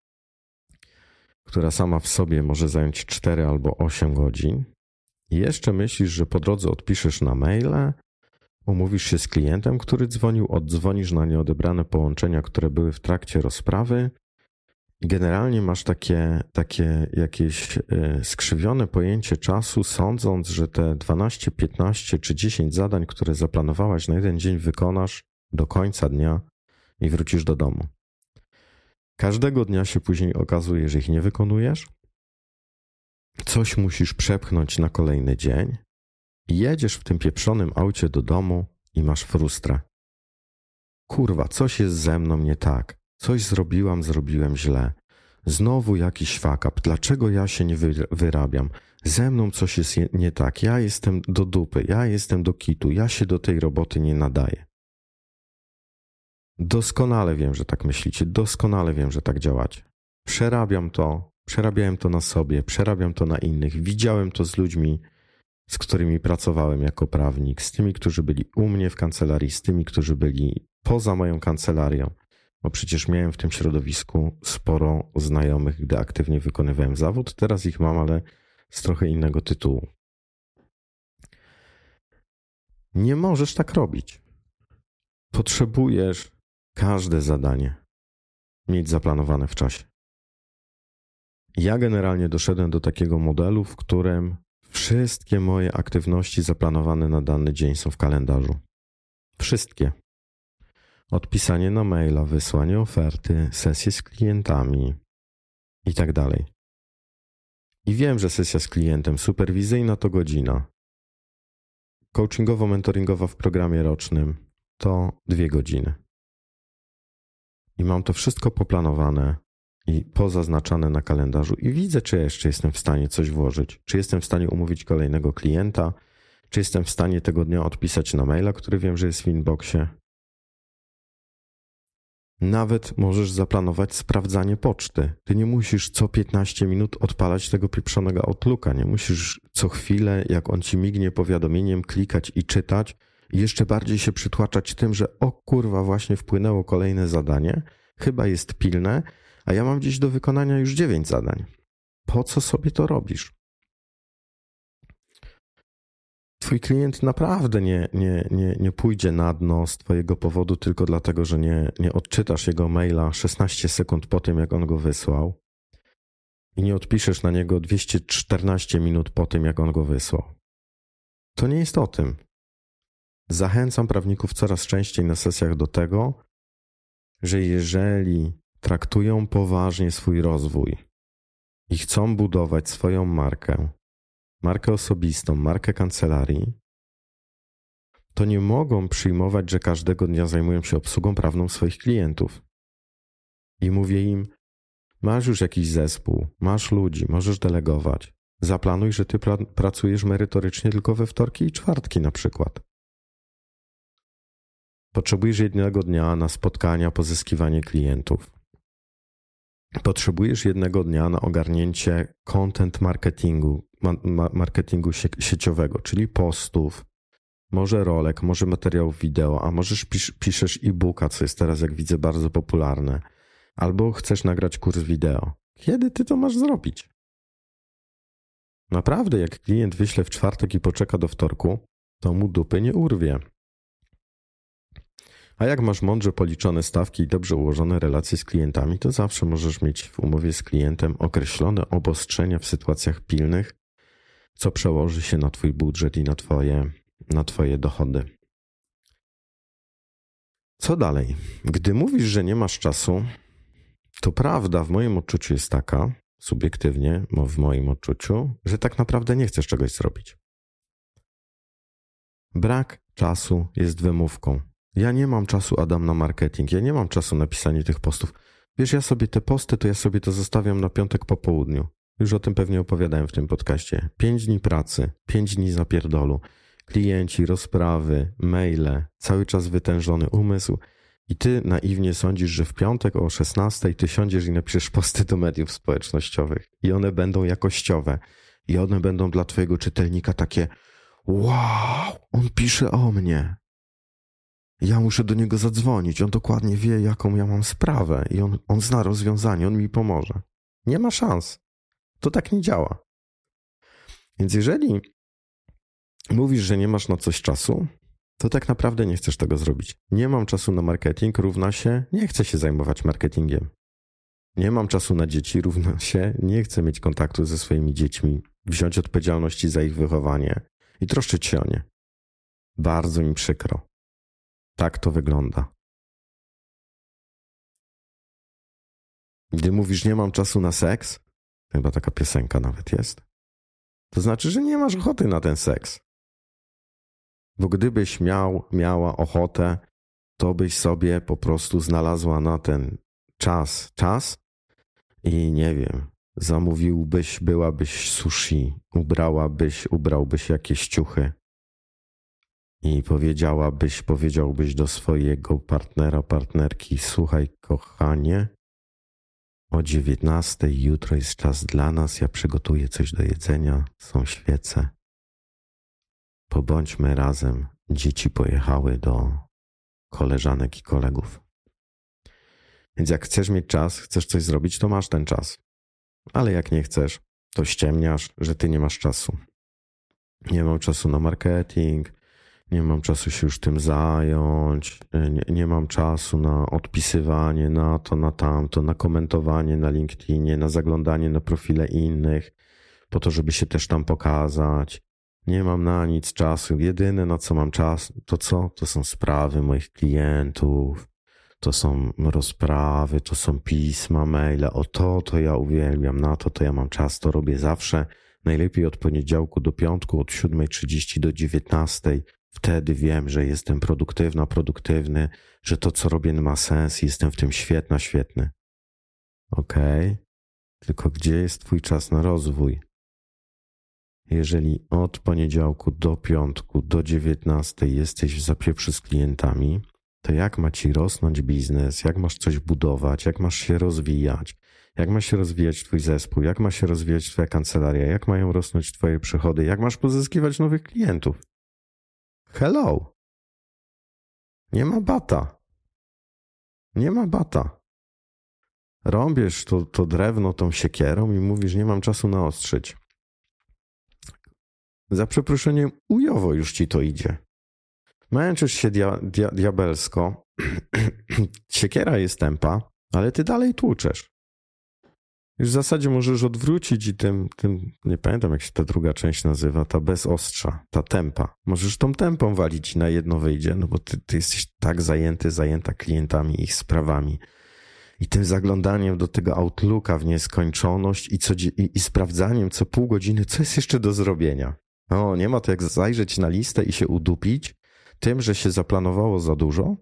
[SPEAKER 1] która sama w sobie może zająć 4 albo 8 godzin. I jeszcze myślisz, że po drodze odpiszesz na maile, umówisz się z klientem, który dzwonił, oddzwonisz na nieodebrane połączenia, które były w trakcie rozprawy. I generalnie masz takie jakieś skrzywione pojęcie czasu, sądząc, że te 12, 15 czy 10 zadań, które zaplanowałaś na jeden dzień, wykonasz do końca dnia i wrócisz do domu. Każdego dnia się później okazuje, że ich nie wykonujesz, coś musisz przepchnąć na kolejny dzień i jedziesz w tym pieprzonym aucie do domu i masz frustrę. Kurwa, coś jest ze mną nie tak. Coś zrobiłem źle. Znowu jakiś fuck up. Dlaczego ja się nie wyrabiam? Ze mną coś jest nie tak. Ja jestem do dupy. Ja jestem do kitu. Ja się do tej roboty nie nadaję. Doskonale wiem, że tak myślicie. Doskonale wiem, że tak działacie. Przerabiałem to na sobie. Przerabiam to na innych. Widziałem to z ludźmi, z którymi pracowałem jako prawnik. Z tymi, którzy byli u mnie w kancelarii. Z tymi, którzy byli poza moją kancelarią. Bo przecież miałem w tym środowisku sporo znajomych, gdy aktywnie wykonywałem zawód. Teraz ich mam, ale z trochę innego tytułu. Nie możesz tak robić. Potrzebujesz każde zadanie mieć zaplanowane w czasie. Ja generalnie doszedłem do takiego modelu, w którym wszystkie moje aktywności zaplanowane na dany dzień są w kalendarzu. Wszystkie. Odpisanie na maila, wysłanie oferty, sesje z klientami i tak dalej. I wiem, że sesja z klientem superwizyjna to godzina. Coachingowo-mentoringowa w programie rocznym to 2 godziny. I mam to wszystko poplanowane i pozaznaczane na kalendarzu i widzę, czy jeszcze jestem w stanie coś włożyć. Czy jestem w stanie umówić kolejnego klienta, czy jestem w stanie tego dnia odpisać na maila, który wiem, że jest w inboxie. Nawet możesz zaplanować sprawdzanie poczty. Ty nie musisz co 15 minut odpalać tego pieprzonego Outlooka. Nie musisz co chwilę, jak on ci mignie powiadomieniem, klikać i czytać i jeszcze bardziej się przytłaczać tym, że o kurwa, właśnie wpłynęło kolejne zadanie, chyba jest pilne, a ja mam dziś do wykonania już 9 zadań. Po co sobie to robisz? Twój klient naprawdę nie pójdzie na dno z twojego powodu tylko dlatego, że nie odczytasz jego maila 16 sekund po tym, jak on go wysłał i nie odpiszesz na niego 214 minut po tym, jak on go wysłał. To nie jest o tym. Zachęcam prawników coraz częściej na sesjach do tego, że jeżeli traktują poważnie swój rozwój i chcą budować swoją markę osobistą, markę kancelarii, to nie mogą przyjmować, że każdego dnia zajmują się obsługą prawną swoich klientów. I mówię im, masz już jakiś zespół, masz ludzi, możesz delegować. Zaplanuj, że ty pracujesz merytorycznie tylko we wtorki i czwartki na przykład. Potrzebujesz jednego dnia na spotkania, pozyskiwanie klientów. Potrzebujesz jednego dnia na ogarnięcie content marketingu sieciowego, czyli postów, może rolek, może materiałów wideo, a możesz piszesz e-booka, co jest teraz, jak widzę, bardzo popularne, albo chcesz nagrać kurs wideo. Kiedy ty to masz zrobić? Naprawdę, jak klient wyśle w czwartek i poczeka do wtorku, to mu dupy nie urwie. A jak masz mądrze policzone stawki i dobrze ułożone relacje z klientami, to zawsze możesz mieć w umowie z klientem określone obostrzenia w sytuacjach pilnych, co przełoży się na twój budżet i na twoje dochody. Co dalej? Gdy mówisz, że nie masz czasu, to prawda w moim odczuciu jest taka, subiektywnie w moim odczuciu, że tak naprawdę nie chcesz czegoś zrobić. Brak czasu jest wymówką. Ja nie mam czasu, Adam, na marketing. Ja nie mam czasu na pisanie tych postów. Wiesz, ja sobie te posty, to ja sobie to zostawiam na piątek po południu. Już o tym pewnie opowiadałem w tym podcaście. 5 dni pracy, 5 dni zapierdolu. Klienci, rozprawy, maile, cały czas wytężony umysł. I ty naiwnie sądzisz, że w piątek o 16 ty siądziesz i napiszesz posty do mediów społecznościowych i one będą jakościowe i one będą dla twojego czytelnika takie wow, on pisze o mnie. Ja muszę do niego zadzwonić, on dokładnie wie, jaką ja mam sprawę i on zna rozwiązanie, on mi pomoże. Nie ma szans. To tak nie działa. Więc jeżeli mówisz, że nie masz na coś czasu, to tak naprawdę nie chcesz tego zrobić. Nie mam czasu na marketing równa się nie chcę się zajmować marketingiem. Nie mam czasu na dzieci równa się nie chcę mieć kontaktu ze swoimi dziećmi, wziąć odpowiedzialności za ich wychowanie i troszczyć się o nie. Bardzo mi przykro. Tak to wygląda. Gdy mówisz, nie mam czasu na seks, chyba taka piosenka nawet jest, to znaczy, że nie masz ochoty na ten seks. Bo gdybyś miała ochotę, to byś sobie po prostu znalazła na ten czas i nie wiem, byłabyś sushi, ubrałbyś jakieś ciuchy i powiedziałbyś do swojego partnerki, słuchaj kochanie, o 19:00 jutro jest czas dla nas, ja przygotuję coś do jedzenia, są świece. Pobądźmy razem. Dzieci pojechały do koleżanek i kolegów. Więc jak chcesz mieć czas, chcesz coś zrobić, to masz ten czas. Ale jak nie chcesz, to ściemniasz, że ty nie masz czasu. Nie mam czasu na marketing, nie mam czasu się już tym zająć, nie mam czasu na odpisywanie na to, na tamto, na komentowanie na LinkedInie, na zaglądanie na profile innych, po to, żeby się też tam pokazać. Nie mam na nic czasu. Jedyne, na co mam czas, to co? To są sprawy moich klientów, to są rozprawy, to są pisma, maile. O to ja uwielbiam, na to ja mam czas, to robię zawsze. Najlepiej od poniedziałku do piątku, od 7:30 do 19:00. Wtedy wiem, że jestem produktywny, że to, co robię, ma sens i jestem w tym świetny. Okej. Tylko gdzie jest twój czas na rozwój? Jeżeli od poniedziałku do piątku do 19:00 jesteś w zapieprzy z klientami, to jak ma ci rosnąć biznes, jak masz coś budować, jak masz się rozwijać, jak ma się rozwijać twój zespół, jak ma się rozwijać twoja kancelaria, jak mają rosnąć twoje przychody, jak masz pozyskiwać nowych klientów? Hello! Nie ma bata. Nie ma bata. Rąbiesz to drewno tą siekierą i mówisz, nie mam czasu naostrzyć. Za przeproszeniem, ujowo już ci to idzie. Męczysz się diabelsko, siekiera jest tępa, ale ty dalej tłuczesz. Już w zasadzie możesz odwrócić i tym, nie pamiętam jak się ta druga część nazywa, ta bez ostrza, ta tempa. Możesz tą tempą walić i na jedno wyjdzie, no bo ty jesteś tak zajęta klientami, ich sprawami. I tym zaglądaniem do tego Outlooka w nieskończoność i sprawdzaniem co pół godziny, co jest jeszcze do zrobienia. No, nie ma to jak zajrzeć na listę i się udupić tym, że się zaplanowało za dużo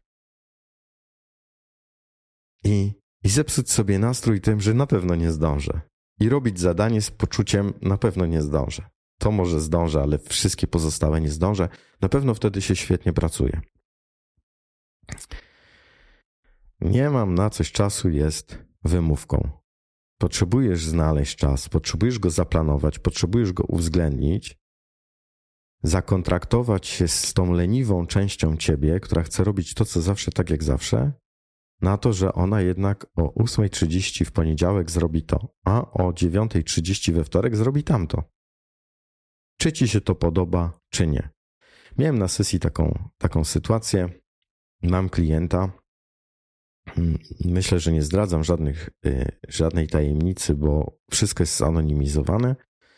[SPEAKER 1] i zepsuć sobie nastrój tym, że na pewno nie zdążę. I robić zadanie z poczuciem na pewno nie zdążę. To może zdążę, ale wszystkie pozostałe nie zdążę. Na pewno wtedy się świetnie pracuje. Nie mam na coś czasu jest wymówką. Potrzebujesz znaleźć czas, potrzebujesz go zaplanować, potrzebujesz go uwzględnić, zakontraktować się z tą leniwą częścią ciebie, która chce robić to, co zawsze, tak jak zawsze, na to, że ona jednak o 8:30 w poniedziałek zrobi to, a o 9:30 we wtorek zrobi tamto. Czy ci się to podoba, czy nie. Miałem na sesji taką sytuację. Mam klienta. Myślę, że nie zdradzam żadnej tajemnicy, bo wszystko jest zanonimizowane.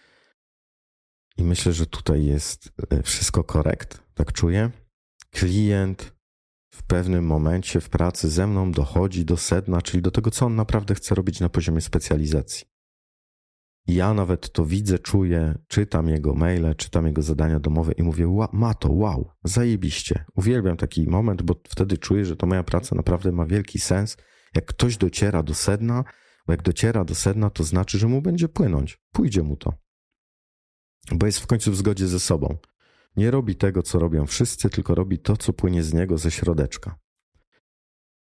[SPEAKER 1] I myślę, że tutaj jest wszystko korekt, tak czuję. Klient w pewnym momencie w pracy ze mną dochodzi do sedna, czyli do tego, co on naprawdę chce robić na poziomie specjalizacji. I ja nawet to widzę, czuję, czytam jego maile, czytam jego zadania domowe i mówię, wow, zajebiście. Uwielbiam taki moment, bo wtedy czuję, że to moja praca naprawdę ma wielki sens. Jak ktoś dociera do sedna, bo jak dociera do sedna, to znaczy, że mu będzie płynąć. Pójdzie mu to. Bo jest w końcu w zgodzie ze sobą. Nie robi tego, co robią wszyscy, tylko robi to, co płynie z niego ze środeczka.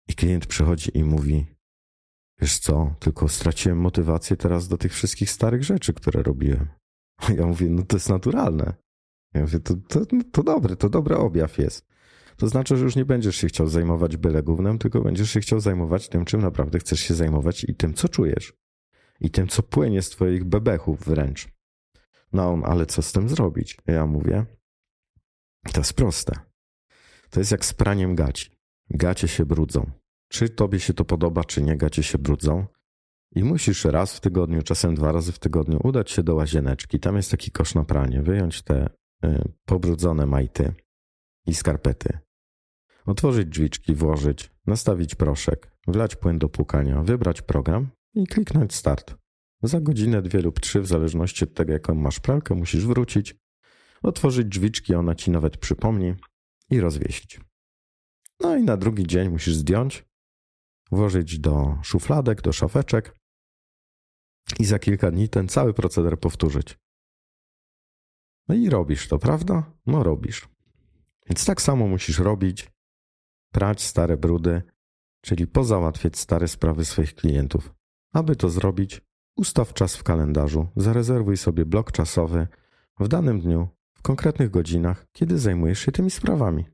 [SPEAKER 1] I klient przychodzi i mówi, wiesz co, tylko straciłem motywację teraz do tych wszystkich starych rzeczy, które robiłem. Ja mówię, no to jest naturalne. Ja mówię, to dobry objaw jest. To znaczy, że już nie będziesz się chciał zajmować byle gównem, tylko będziesz się chciał zajmować tym, czym naprawdę chcesz się zajmować i tym, co czujesz. I tym, co płynie z twoich bebechów wręcz. No on, ale co z tym zrobić? Ja mówię, to jest proste. To jest jak z praniem gaci. Gacie się brudzą. Czy tobie się to podoba, czy nie, gacie się brudzą. I musisz raz w tygodniu, czasem 2 razy w tygodniu udać się do łazieneczki. Tam jest taki kosz na pranie. Wyjąć te pobrudzone majty i skarpety. Otworzyć drzwiczki, włożyć, nastawić proszek, wlać płyn do płukania, wybrać program i kliknąć start. Za godzinę, 2 lub 3, w zależności od tego, jaką masz pralkę, musisz wrócić, otworzyć drzwiczki, ona ci nawet przypomni i rozwiesić. No i na drugi dzień musisz zdjąć, włożyć do szufladek, do szafeczek i za kilka dni ten cały proceder powtórzyć. No i robisz to, prawda? No robisz. Więc tak samo musisz robić, prać stare brudy, czyli pozałatwiać stare sprawy swoich klientów. Aby to zrobić, ustaw czas w kalendarzu, zarezerwuj sobie blok czasowy w danym dniu, w konkretnych godzinach, kiedy zajmujesz się tymi sprawami.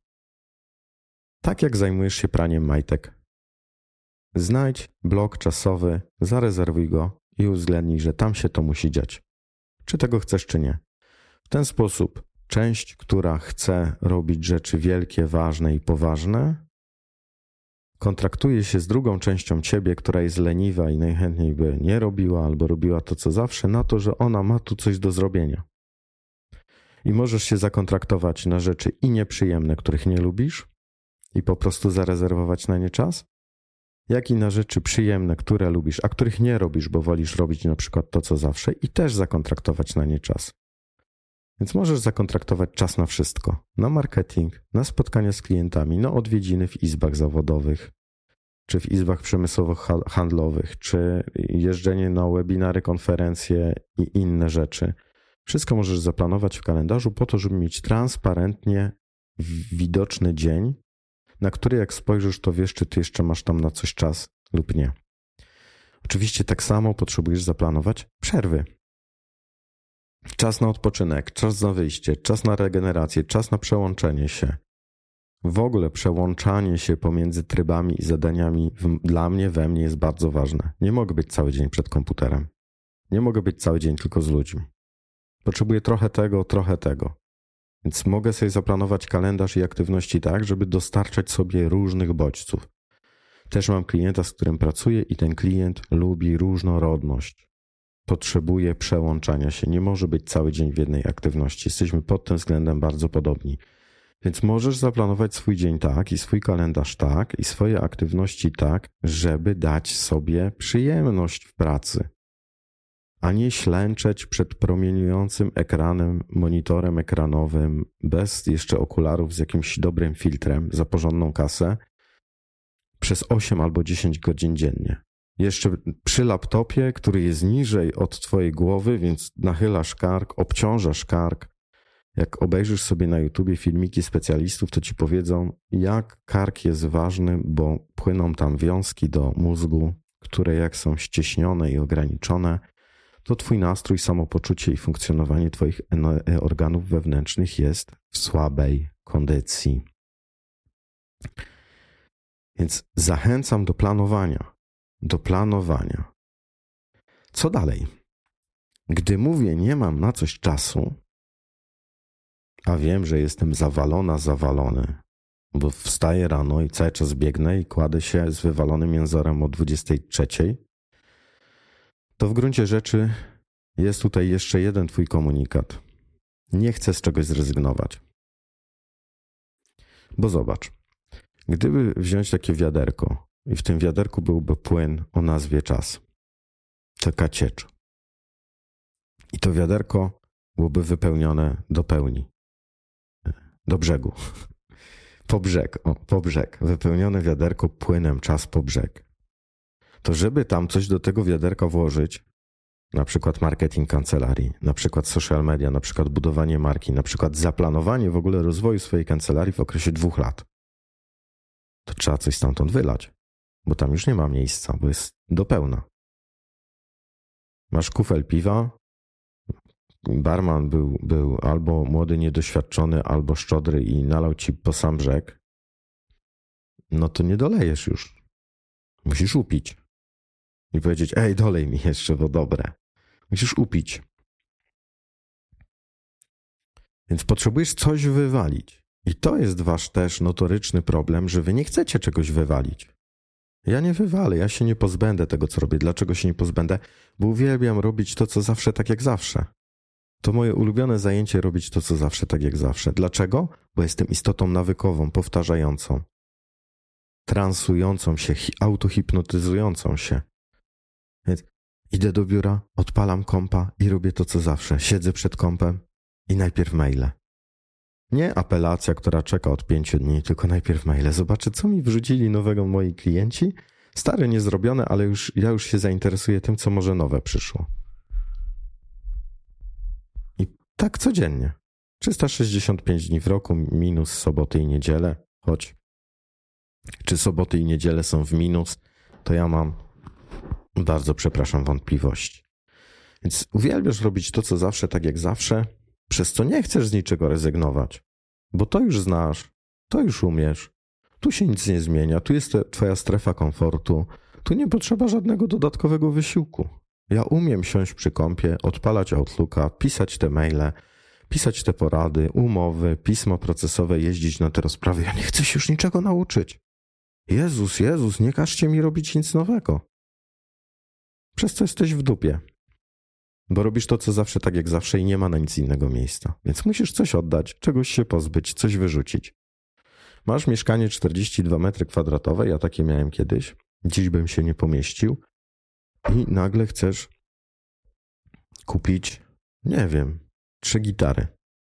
[SPEAKER 1] Tak jak zajmujesz się praniem majtek. Znajdź blok czasowy, zarezerwuj go i uwzględnij, że tam się to musi dziać. Czy tego chcesz, czy nie. W ten sposób część, która chce robić rzeczy wielkie, ważne i poważne, kontraktuje się z drugą częścią ciebie, która jest leniwa i najchętniej by nie robiła albo robiła to, co zawsze, na to, że ona ma tu coś do zrobienia. I możesz się zakontraktować na rzeczy i nieprzyjemne, których nie lubisz i po prostu zarezerwować na nie czas, jak i na rzeczy przyjemne, które lubisz, a których nie robisz, bo wolisz robić na przykład to, co zawsze i też zakontraktować na nie czas. Więc możesz zakontraktować czas na wszystko. Na marketing, na spotkania z klientami, na odwiedziny w izbach zawodowych, czy w izbach przemysłowo-handlowych, czy jeżdżenie na webinary, konferencje i inne rzeczy. Wszystko możesz zaplanować w kalendarzu po to, żeby mieć transparentnie widoczny dzień, na który jak spojrzysz, to wiesz, czy ty jeszcze masz tam na coś czas lub nie. Oczywiście tak samo potrzebujesz zaplanować przerwy. Czas na odpoczynek, czas na wyjście, czas na regenerację, czas na przełączenie się. W ogóle przełączanie się pomiędzy trybami i zadaniami dla mnie, we mnie jest bardzo ważne. Nie mogę być cały dzień przed komputerem. Nie mogę być cały dzień tylko z ludźmi. Potrzebuję trochę tego, trochę tego. Więc mogę sobie zaplanować kalendarz i aktywności tak, żeby dostarczać sobie różnych bodźców. Też mam klienta, z którym pracuję i ten klient lubi różnorodność. Potrzebuje przełączania się. Nie może być cały dzień w jednej aktywności. Jesteśmy pod tym względem bardzo podobni. Więc możesz zaplanować swój dzień tak i swój kalendarz tak i swoje aktywności tak, żeby dać sobie przyjemność w pracy, a nie ślęczeć przed promieniującym ekranem, monitorem ekranowym, bez jeszcze okularów z jakimś dobrym filtrem za porządną kasę przez 8 albo 10 godzin dziennie. Jeszcze przy laptopie, który jest niżej od twojej głowy, więc nachylasz kark, obciążasz kark. Jak obejrzysz sobie na YouTubie filmiki specjalistów, to ci powiedzą, jak kark jest ważny, bo płyną tam wiązki do mózgu, które jak są ścieśnione i ograniczone, to twój nastrój, samopoczucie i funkcjonowanie twoich organów wewnętrznych jest w słabej kondycji. Więc zachęcam do planowania. Co dalej? Gdy mówię, nie mam na coś czasu, a wiem, że jestem zawalony, bo wstaję rano i cały czas biegnę i kładę się z wywalonym jęzorem o 23:00, to w gruncie rzeczy jest tutaj jeszcze jeden twój komunikat. Nie chcę z czegoś zrezygnować. Bo zobacz, gdyby wziąć takie wiaderko i w tym wiaderku byłby płyn o nazwie czas, taka ciecz, i to wiaderko byłoby wypełnione do pełni, do brzegu, po brzeg, wypełnione wiaderko płynem czas po brzeg, to żeby tam coś do tego wiaderka włożyć, na przykład marketing kancelarii, na przykład social media, na przykład budowanie marki, na przykład zaplanowanie w ogóle rozwoju swojej kancelarii w okresie 2 lat, to trzeba coś stamtąd wylać. bo tam już nie ma miejsca, bo jest do pełna. Masz kufel piwa, barman był albo młody, niedoświadczony, albo szczodry i nalał ci po sam brzeg, no to nie dolejesz już. Musisz upić. I powiedzieć, ej, dolej mi jeszcze, bo dobre. Musisz upić. Więc potrzebujesz coś wywalić. I to jest wasz też notoryczny problem, że wy nie chcecie czegoś wywalić. Ja nie wywalę, ja się nie pozbędę tego, co robię. Dlaczego się nie pozbędę? Bo uwielbiam robić to, co zawsze, tak jak zawsze. To moje ulubione zajęcie, robić to, co zawsze, tak jak zawsze. Dlaczego? Bo jestem istotą nawykową, powtarzającą, transującą się, autohipnotyzującą się. Więc idę do biura, odpalam kompa i robię to, co zawsze. Siedzę przed kompem i najpierw maile. Nie apelacja, która czeka od 5 dni, tylko najpierw maile. Zobaczę, co mi wrzucili nowego moi klienci. Stare, niezrobione, ale ja już się zainteresuję tym, co może nowe przyszło. I tak codziennie. 365 dni w roku, minus soboty i niedzielę. Choć czy soboty i niedziele są w minus, to ja mam, bardzo przepraszam, wątpliwości. Więc uwielbiasz robić to, co zawsze, tak jak zawsze, przez co nie chcesz z niczego rezygnować. Bo to już znasz, to już umiesz. Tu się nic nie zmienia, tu jest twoja strefa komfortu. Tu nie potrzeba żadnego dodatkowego wysiłku. Ja umiem siąść przy kompie, odpalać Outlooka, pisać te maile, pisać te porady, umowy, pismo procesowe, jeździć na te rozprawy. Ja nie chcę się już niczego nauczyć. Jezus, nie każcie mi robić nic nowego. Przez co jesteś w dupie. Bo robisz to, co zawsze, tak jak zawsze i nie ma na nic innego miejsca. Więc musisz coś oddać, czegoś się pozbyć, coś wyrzucić. Masz mieszkanie 42 m², ja takie miałem kiedyś. Dziś bym się nie pomieścił. I nagle chcesz kupić, nie wiem, 3 gitary.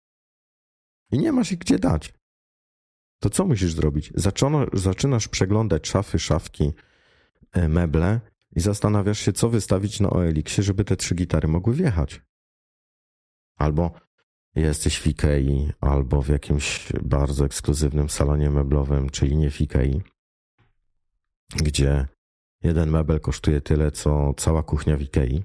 [SPEAKER 1] I nie masz ich gdzie dać. To co musisz zrobić? Zaczynasz przeglądać szafy, szafki, meble i zastanawiasz się, co wystawić na OLX-ie, żeby te 3 gitary mogły wjechać. Albo jesteś w Ikei, albo w jakimś bardzo ekskluzywnym salonie meblowym, czyli nie w Ikei, gdzie jeden mebel kosztuje tyle, co cała kuchnia w Ikei.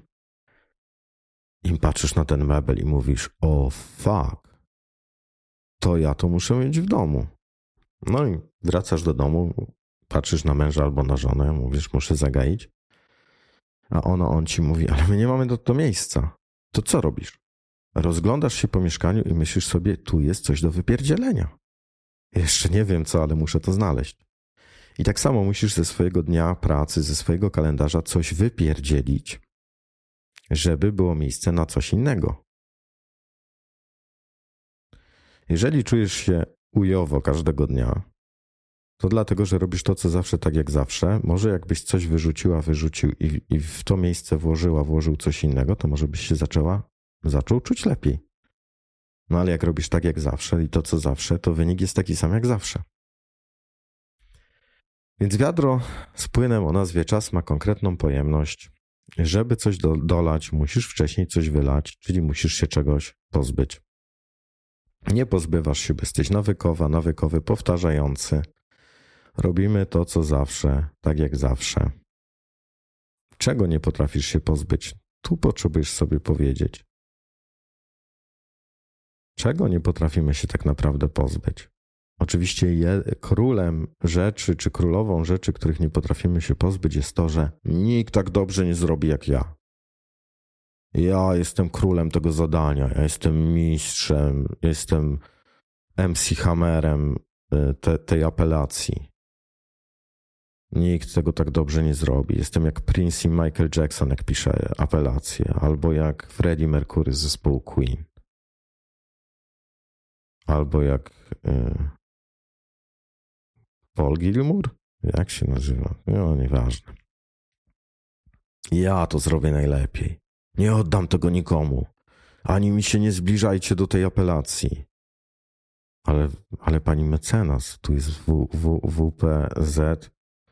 [SPEAKER 1] I patrzysz na ten mebel i mówisz, o fuck, to ja to muszę mieć w domu. No i wracasz do domu, patrzysz na męża albo na żonę, mówisz, muszę zagaić. A on ci mówi, ale my nie mamy do miejsca. To co robisz? Rozglądasz się po mieszkaniu i myślisz sobie, tu jest coś do wypierdzielenia. Jeszcze nie wiem co, ale muszę to znaleźć. I tak samo musisz ze swojego dnia pracy, ze swojego kalendarza coś wypierdzielić, żeby było miejsce na coś innego. Jeżeli czujesz się ujowo każdego dnia, to dlatego, że robisz to, co zawsze, tak jak zawsze. Może jakbyś coś wyrzucił i w to miejsce włożył coś innego, to może byś się zaczął czuć lepiej. No ale jak robisz tak jak zawsze i to, co zawsze, to wynik jest taki sam jak zawsze. Więc wiadro z płynem o nazwie czas ma konkretną pojemność. Żeby coś dolać, musisz wcześniej coś wylać, czyli musisz się czegoś pozbyć. Nie pozbywasz się, bo jesteś nawykowy, powtarzający. Robimy to, co zawsze, tak jak zawsze. Czego nie potrafisz się pozbyć? Tu potrzebujesz sobie powiedzieć. Czego nie potrafimy się tak naprawdę pozbyć? Oczywiście królem rzeczy, czy królową rzeczy, których nie potrafimy się pozbyć, jest to, że nikt tak dobrze nie zrobi jak ja. Ja jestem królem tego zadania, ja jestem mistrzem, jestem MC Hammerem tej apelacji. Nikt tego tak dobrze nie zrobi. Jestem jak Prince i Michael Jackson, jak pisze apelację, albo jak Freddie Mercury z zespołu Queen. Albo jak Paul Gilmour? Jak się nazywa? No, nieważne. Ja to zrobię najlepiej. Nie oddam tego nikomu. Ani mi się nie zbliżajcie do tej apelacji. Ale pani mecenas, tu jest WPZ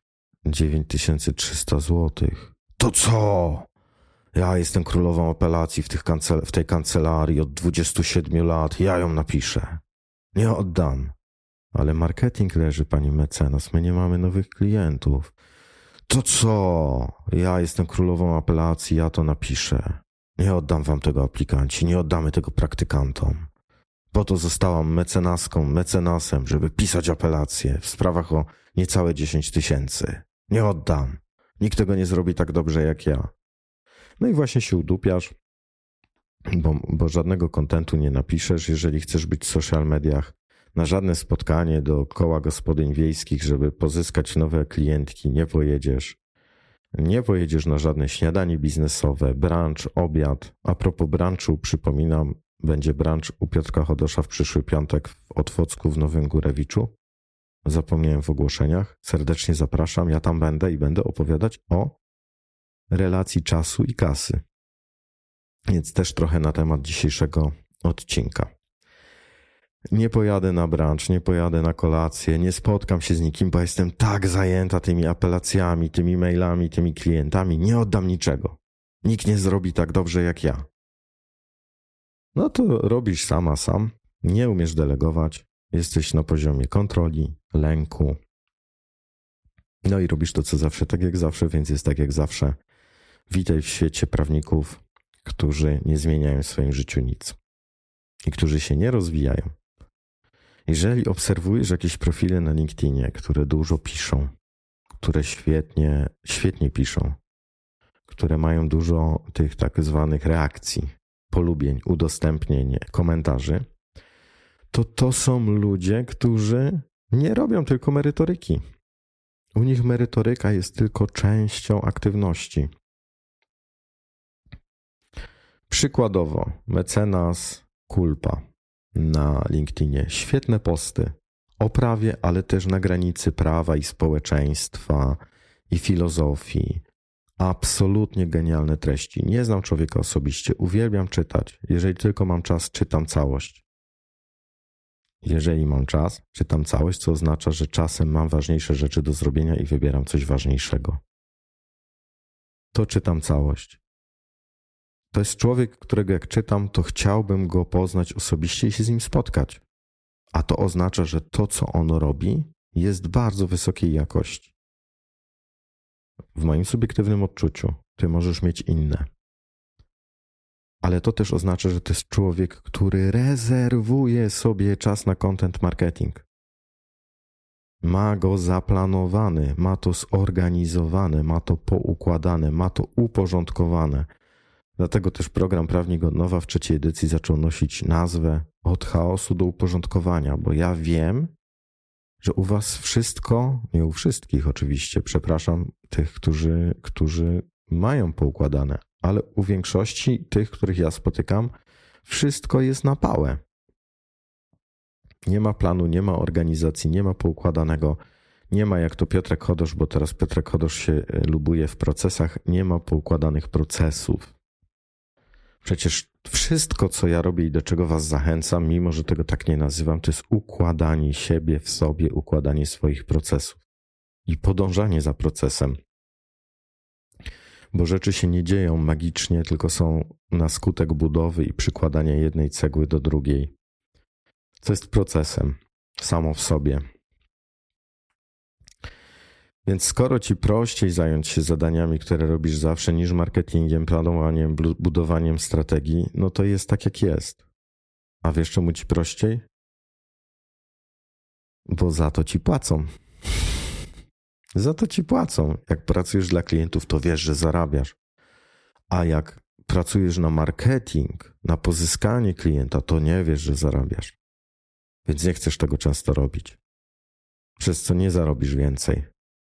[SPEAKER 1] 9300 zł. To co? Ja jestem królową apelacji w tej kancelarii od 27 lat. Ja ją napiszę. Nie oddam. Ale marketing leży, pani mecenas. My nie mamy nowych klientów. To co? Ja jestem królową apelacji, ja to napiszę. Nie oddam wam tego aplikanci, nie oddamy tego praktykantom. Po to zostałam mecenasem, żeby pisać apelacje w sprawach o niecałe 10 000. Nie oddam. Nikt tego nie zrobi tak dobrze jak ja. No i właśnie się udupiasz, bo żadnego kontentu nie napiszesz, jeżeli chcesz być w social mediach. Na żadne spotkanie do koła gospodyń wiejskich, żeby pozyskać nowe klientki, nie pojedziesz. Nie pojedziesz na żadne śniadanie biznesowe, brunch, obiad. A propos brunchu, przypominam, będzie brunch u Piotrka Chodosza w przyszły piątek w Otwocku w Nowym Górewiczu. Zapomniałem w ogłoszeniach. Serdecznie zapraszam. Ja tam będę i będę opowiadać o relacji czasu i kasy. Więc też trochę na temat dzisiejszego odcinka. Nie pojadę na brunch, nie pojadę na kolację, nie spotkam się z nikim, bo jestem tak zajęta tymi apelacjami, tymi mailami, tymi klientami. Nie oddam niczego. Nikt nie zrobi tak dobrze jak ja. No to robisz sam. Nie umiesz delegować. Jesteś na poziomie kontroli, lęku. No i robisz to co zawsze, tak jak zawsze, więc jest tak jak zawsze. Witaj w świecie prawników, którzy nie zmieniają w swoim życiu nic i którzy się nie rozwijają. Jeżeli obserwujesz jakieś profile na LinkedInie, które dużo piszą, które świetnie piszą, które mają dużo tych tak zwanych reakcji, polubień, udostępnień, komentarzy, to są ludzie, którzy nie robią tylko merytoryki. U nich merytoryka jest tylko częścią aktywności. Przykładowo, mecenas Kulpa na LinkedInie. Świetne posty o prawie, ale też na granicy prawa i społeczeństwa i filozofii. Absolutnie genialne treści. Nie znam człowieka osobiście. Uwielbiam czytać. Jeżeli tylko mam czas, czytam całość. Jeżeli mam czas, czytam całość, co oznacza, że czasem mam ważniejsze rzeczy do zrobienia i wybieram coś ważniejszego. To czytam całość. To jest człowiek, którego jak czytam, to chciałbym go poznać osobiście i się z nim spotkać. A to oznacza, że to, co on robi, jest bardzo wysokiej jakości. W moim subiektywnym odczuciu. Ty możesz mieć inne. Ale to też oznacza, że to jest człowiek, który rezerwuje sobie czas na content marketing. Ma go zaplanowany, ma to zorganizowane, ma to poukładane, ma to uporządkowane. Dlatego też program Prawnik od nowa w 3. edycji zaczął nosić nazwę Od chaosu do uporządkowania, bo ja wiem, że u was wszystko, nie u wszystkich oczywiście, przepraszam tych, którzy mają poukładane, ale u większości tych, których ja spotykam, wszystko jest na pałę. Nie ma planu, nie ma organizacji, nie ma poukładanego, nie ma jak to Piotrek Chodosz, bo teraz Piotrek Chodosz się lubuje w procesach, nie ma poukładanych procesów. Przecież wszystko, co ja robię i do czego was zachęcam, mimo że tego tak nie nazywam, to jest układanie siebie w sobie, układanie swoich procesów i podążanie za procesem. Bo rzeczy się nie dzieją magicznie, tylko są na skutek budowy i przykładania jednej cegły do drugiej. Co jest procesem samo w sobie. Więc skoro ci prościej zająć się zadaniami, które robisz zawsze, niż marketingiem, planowaniem, budowaniem strategii, no to jest tak jak jest. A wiesz czemu ci prościej? Bo za to ci płacą. Za to ci płacą. Jak pracujesz dla klientów, to wiesz, że zarabiasz. A jak pracujesz na marketing, na pozyskanie klienta, to nie wiesz, że zarabiasz. Więc nie chcesz tego często robić. Przez co nie zarobisz więcej.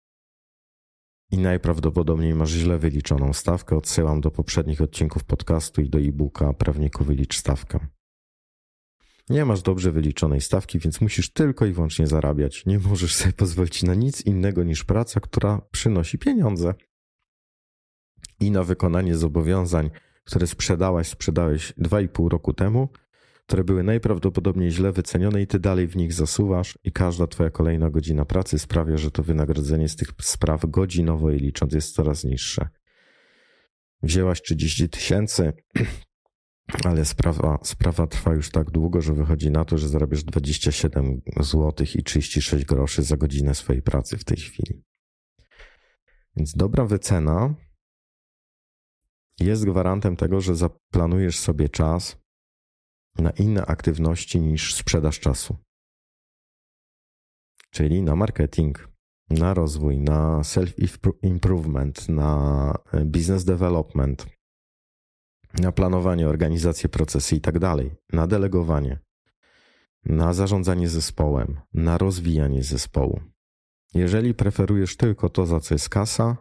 [SPEAKER 1] I najprawdopodobniej masz źle wyliczoną stawkę. Odsyłam do poprzednich odcinków podcastu i do e-booka Prawniku wylicz stawkę. Nie masz dobrze wyliczonej stawki, więc musisz tylko i wyłącznie zarabiać. Nie możesz sobie pozwolić na nic innego niż praca, która przynosi pieniądze. I na wykonanie zobowiązań, które sprzedałeś 2,5 roku temu, które były najprawdopodobniej źle wycenione i ty dalej w nich zasuwasz i każda twoja kolejna godzina pracy sprawia, że to wynagrodzenie z tych spraw godzinowo je licząc jest coraz niższe. Wzięłaś 30 000, ale sprawa trwa już tak długo, że wychodzi na to, że zarabiasz 27 zł i 36 groszy za godzinę swojej pracy w tej chwili. Więc dobra wycena jest gwarantem tego, że zaplanujesz sobie czas na inne aktywności niż sprzedaż czasu. Czyli na marketing, na rozwój, na self-improvement, na business development, na planowanie, organizację, procesy i tak dalej, na delegowanie, na zarządzanie zespołem, na rozwijanie zespołu. Jeżeli preferujesz tylko to, za co jest kasa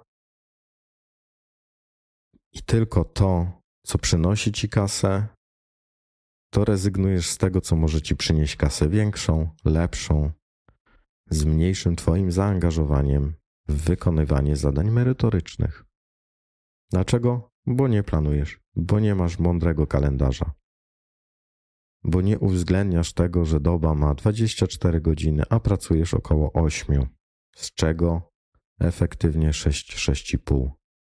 [SPEAKER 1] i tylko to, co przynosi ci kasę, to rezygnujesz z tego, co może ci przynieść kasę większą, lepszą, z mniejszym twoim zaangażowaniem w wykonywanie zadań merytorycznych. Dlaczego? Bo nie planujesz, bo nie masz mądrego kalendarza, bo nie uwzględniasz tego, że doba ma 24 godziny, a pracujesz około 8, z czego efektywnie 6,5.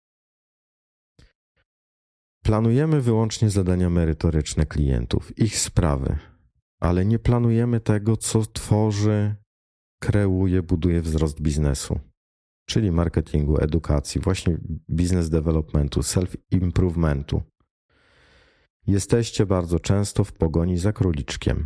[SPEAKER 1] Planujemy wyłącznie zadania merytoryczne klientów, ich sprawy, ale nie planujemy tego, co tworzy, kreuje, buduje wzrost biznesu, czyli marketingu, edukacji, właśnie business developmentu, self-improvementu. Jesteście bardzo często w pogoni za króliczkiem.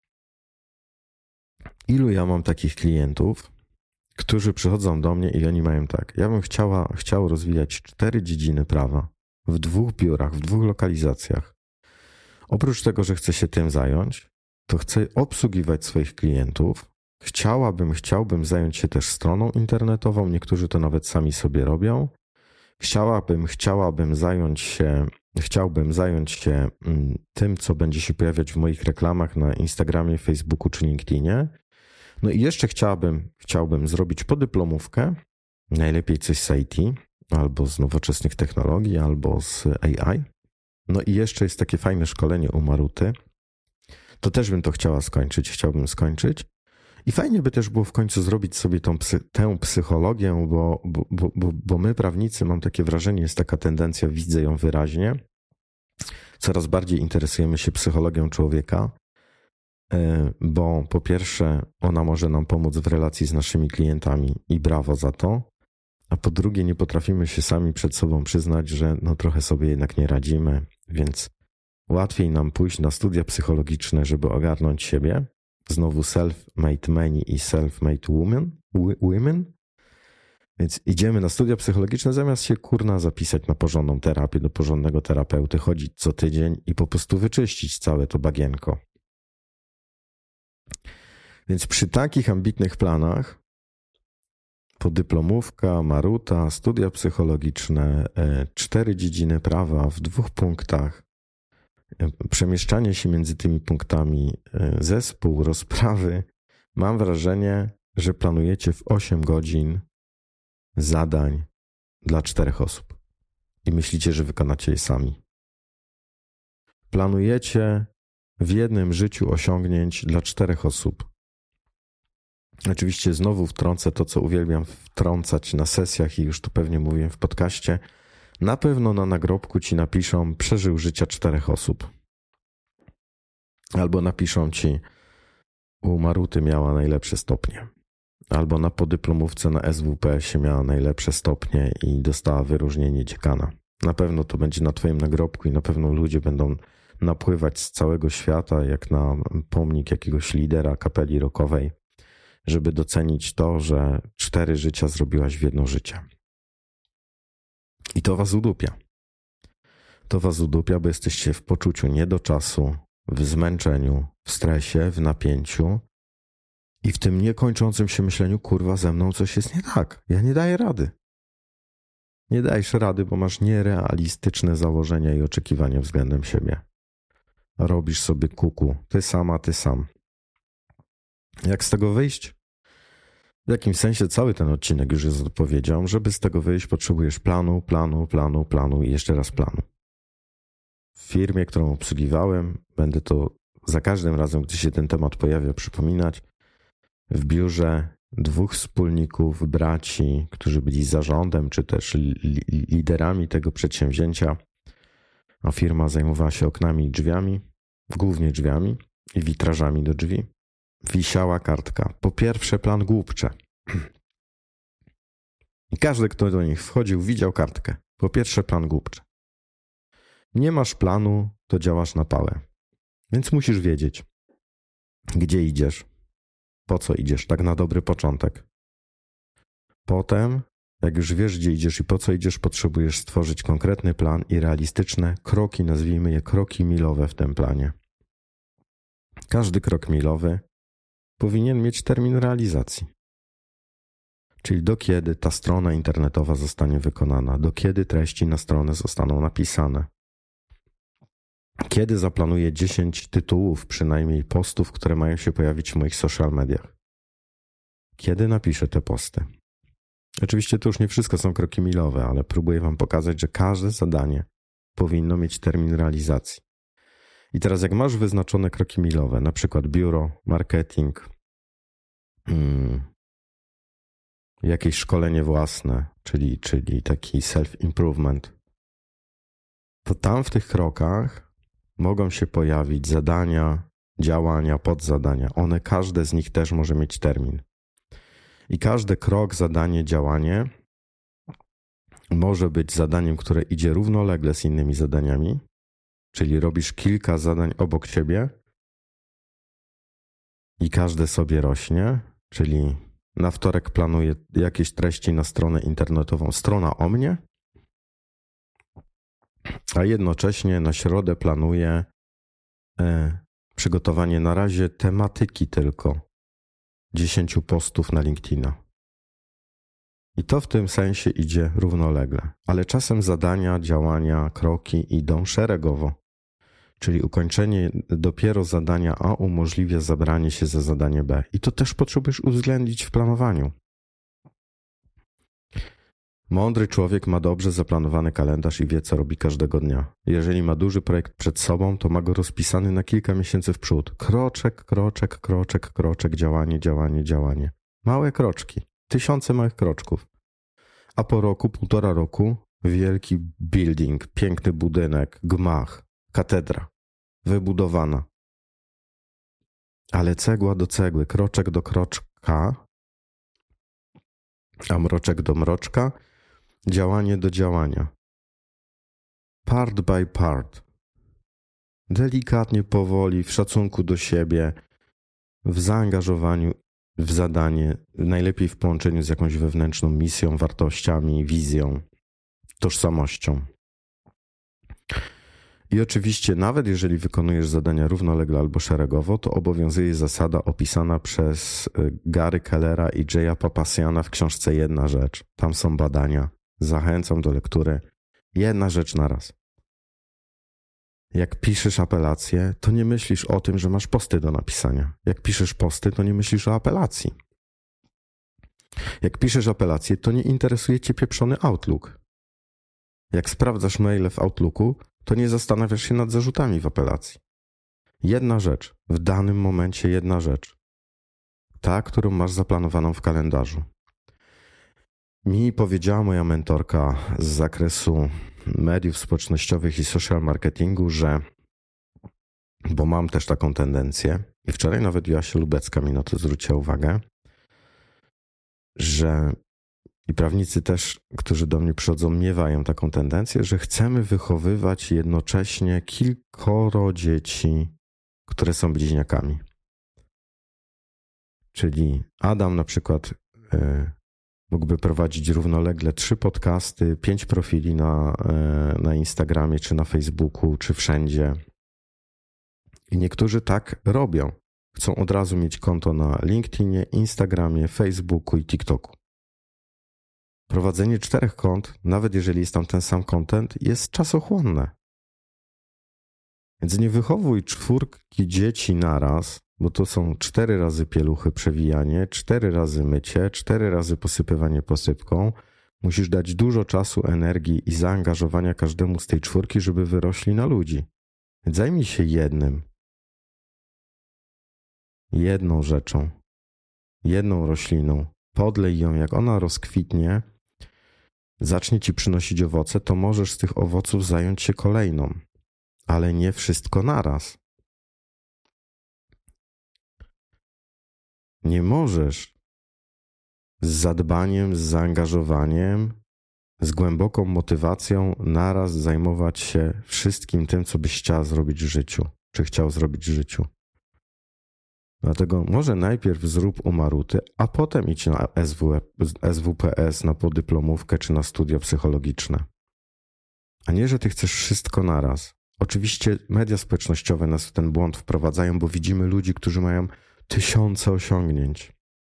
[SPEAKER 1] Ilu ja mam takich klientów, którzy przychodzą do mnie i oni mają tak: ja bym chciał rozwijać 4 dziedziny prawa w 2 biurach, w 2 lokalizacjach. Oprócz tego, że chcę się tym zająć, to chcę obsługiwać swoich klientów. Chciałbym zająć się też stroną internetową, niektórzy to nawet sami sobie robią. Chciałbym zająć się tym, co będzie się pojawiać w moich reklamach na Instagramie, Facebooku czy LinkedInie. No i jeszcze chciałbym zrobić podyplomówkę, najlepiej coś z IT, albo z nowoczesnych technologii, albo z AI. No i jeszcze jest takie fajne szkolenie u Maruty. To też bym to chciałbym skończyć. I fajnie by też było w końcu zrobić sobie tę psychologię, bo my prawnicy, mam takie wrażenie, jest taka tendencja, widzę ją wyraźnie, coraz bardziej interesujemy się psychologią człowieka, bo po pierwsze ona może nam pomóc w relacji z naszymi klientami i brawo za to, a po drugie nie potrafimy się sami przed sobą przyznać, że no trochę sobie jednak nie radzimy, więc łatwiej nam pójść na studia psychologiczne, żeby ogarnąć siebie. Znowu self-made men i self-made women. Więc idziemy na studia psychologiczne, zamiast się zapisać na porządną terapię, do porządnego terapeuty, chodzić co tydzień i po prostu wyczyścić całe to bagienko. Więc przy takich ambitnych planach podyplomówka, Maruta, studia psychologiczne, 4 dziedziny prawa w 2 punktach, przemieszczanie się między tymi punktami, zespół, rozprawy. Mam wrażenie, że planujecie w 8 godzin zadań dla 4 osób i myślicie, że wykonacie je sami. Planujecie w jednym życiu osiągnięć dla 4 osób. Oczywiście znowu wtrącę to, co uwielbiam wtrącać na sesjach i już to pewnie mówiłem w podcaście. Na pewno na nagrobku ci napiszą: przeżył życia 4 osób. Albo napiszą ci: u Maruty miała najlepsze stopnie. Albo na podyplomówce na SWPS-ie miała najlepsze stopnie i dostała wyróżnienie dziekana. Na pewno to będzie na twoim nagrobku i na pewno ludzie będą napływać z całego świata, jak na pomnik jakiegoś lidera kapeli rockowej, żeby docenić to, że 4 życia zrobiłaś w 1 życie. I to was udupia. To was udupia, bo jesteście w poczuciu niedoczasu, w zmęczeniu, w stresie, w napięciu i w tym niekończącym się myśleniu: kurwa, ze mną coś jest nie tak. Ja nie daję rady. Nie dajesz rady, bo masz nierealistyczne założenia i oczekiwania względem siebie. Robisz sobie kuku. Ty sama, ty sam. Jak z tego wyjść? W jakimś sensie cały ten odcinek już jest odpowiedzią. Żeby z tego wyjść, potrzebujesz planu i jeszcze raz planu. W firmie, którą obsługiwałem, będę to za każdym razem, gdy się ten temat pojawia, przypominać. W biurze 2 wspólników, braci, którzy byli zarządem czy też liderami tego przedsięwzięcia, a firma zajmowała się oknami i drzwiami, głównie drzwiami i witrażami do drzwi. Wisiała kartka: po pierwsze plan głupcze. I każdy, kto do nich wchodził, widział kartkę. Po pierwsze, plan głupczy. Nie masz planu, to działasz na pałę. Więc musisz wiedzieć, gdzie idziesz, po co idziesz, tak na dobry początek. Potem, jak już wiesz, gdzie idziesz i po co idziesz, potrzebujesz stworzyć konkretny plan i realistyczne kroki, nazwijmy je kroki milowe w tym planie. Każdy krok milowy powinien mieć termin realizacji. Czyli do kiedy ta strona internetowa zostanie wykonana, do kiedy treści na stronę zostaną napisane. Kiedy zaplanuję 10 tytułów, przynajmniej postów, które mają się pojawić w moich social mediach. Kiedy napiszę te posty. Oczywiście to już nie wszystko są kroki milowe, ale próbuję wam pokazać, że każde zadanie powinno mieć termin realizacji. I teraz jak masz wyznaczone kroki milowe, na przykład biuro, marketing, jakieś szkolenie własne, czyli taki self-improvement, to tam w tych krokach mogą się pojawić zadania, działania, podzadania. Każde z nich też może mieć termin. I każdy krok, zadanie, działanie może być zadaniem, które idzie równolegle z innymi zadaniami, czyli robisz kilka zadań obok siebie i każde sobie rośnie, czyli na wtorek planuję jakieś treści na stronę internetową, strona o mnie, a jednocześnie na środę planuję przygotowanie na razie tematyki tylko 10 postów na LinkedIna. I to w tym sensie idzie równolegle, ale czasem zadania, działania, kroki idą szeregowo, czyli ukończenie dopiero zadania A umożliwia zabranie się za zadanie B. I to też potrzebujesz uwzględnić w planowaniu. Mądry człowiek ma dobrze zaplanowany kalendarz i wie, co robi każdego dnia. Jeżeli ma duży projekt przed sobą, to ma go rozpisany na kilka miesięcy w przód. Kroczek, kroczek, kroczek, kroczek, działanie, działanie, działanie. Małe kroczki, 1000 małych kroczków. A po roku, 1,5 roku, wielki building, piękny budynek, gmach, katedra, wybudowana. Ale cegła do cegły, kroczek do kroczka, a mroczek do mroczka, działanie do działania. Part by part. Delikatnie, powoli, w szacunku do siebie, w zaangażowaniu w zadanie, najlepiej w połączeniu z jakąś wewnętrzną misją, wartościami, wizją, tożsamością. I oczywiście nawet jeżeli wykonujesz zadania równolegle albo szeregowo, to obowiązuje zasada opisana przez Gary Kellera i Jaya Papassiana w książce Jedna rzecz. Tam są badania. Zachęcam do lektury. Jedna rzecz na raz. Jak piszesz apelację, to nie myślisz o tym, że masz posty do napisania. Jak piszesz posty, to nie myślisz o apelacji. Jak piszesz apelację, to nie interesuje cię pieprzony Outlook. Jak sprawdzasz maile w Outlooku, to nie zastanawiasz się nad zarzutami w apelacji. Jedna rzecz, w danym momencie jedna rzecz. Ta, którą masz zaplanowaną w kalendarzu. Mi powiedziała moja mentorka z zakresu mediów społecznościowych i social marketingu, bo mam też taką tendencję i wczoraj nawet Joasia Lubecka mi na to zwróciła uwagę, że i prawnicy też, którzy do mnie przychodzą, miewają taką tendencję, że chcemy wychowywać jednocześnie kilkoro dzieci, które są bliźniakami. Czyli Adam na przykład mógłby prowadzić równolegle 3 podcasty, 5 profili na Instagramie, czy na Facebooku, czy wszędzie. I niektórzy tak robią. Chcą od razu mieć konto na LinkedInie, Instagramie, Facebooku i TikToku. Prowadzenie 4 kont, nawet jeżeli jest tam ten sam content, jest czasochłonne. Więc nie wychowuj 4 dzieci naraz, bo to są 4 razy pieluchy przewijanie, 4 razy mycie, 4 razy posypywanie posypką. Musisz dać dużo czasu, energii i zaangażowania każdemu z tej 4, żeby wyrośli na ludzi. Więc zajmij się jedną rzeczą, jedną rośliną. Podlej ją, jak ona rozkwitnie, zacznie ci przynosić owoce, to możesz z tych owoców zająć się kolejną, ale nie wszystko naraz. Nie możesz z zadbaniem, z zaangażowaniem, z głęboką motywacją naraz zajmować się wszystkim tym, co byś chciała zrobić w życiu, czy chciał zrobić w życiu. Dlatego może najpierw zrób umaruty, a potem idź na SWPS, na podyplomówkę czy na studia psychologiczne. A nie, że ty chcesz wszystko naraz. Oczywiście media społecznościowe nas w ten błąd wprowadzają, bo widzimy ludzi, którzy mają tysiące osiągnięć.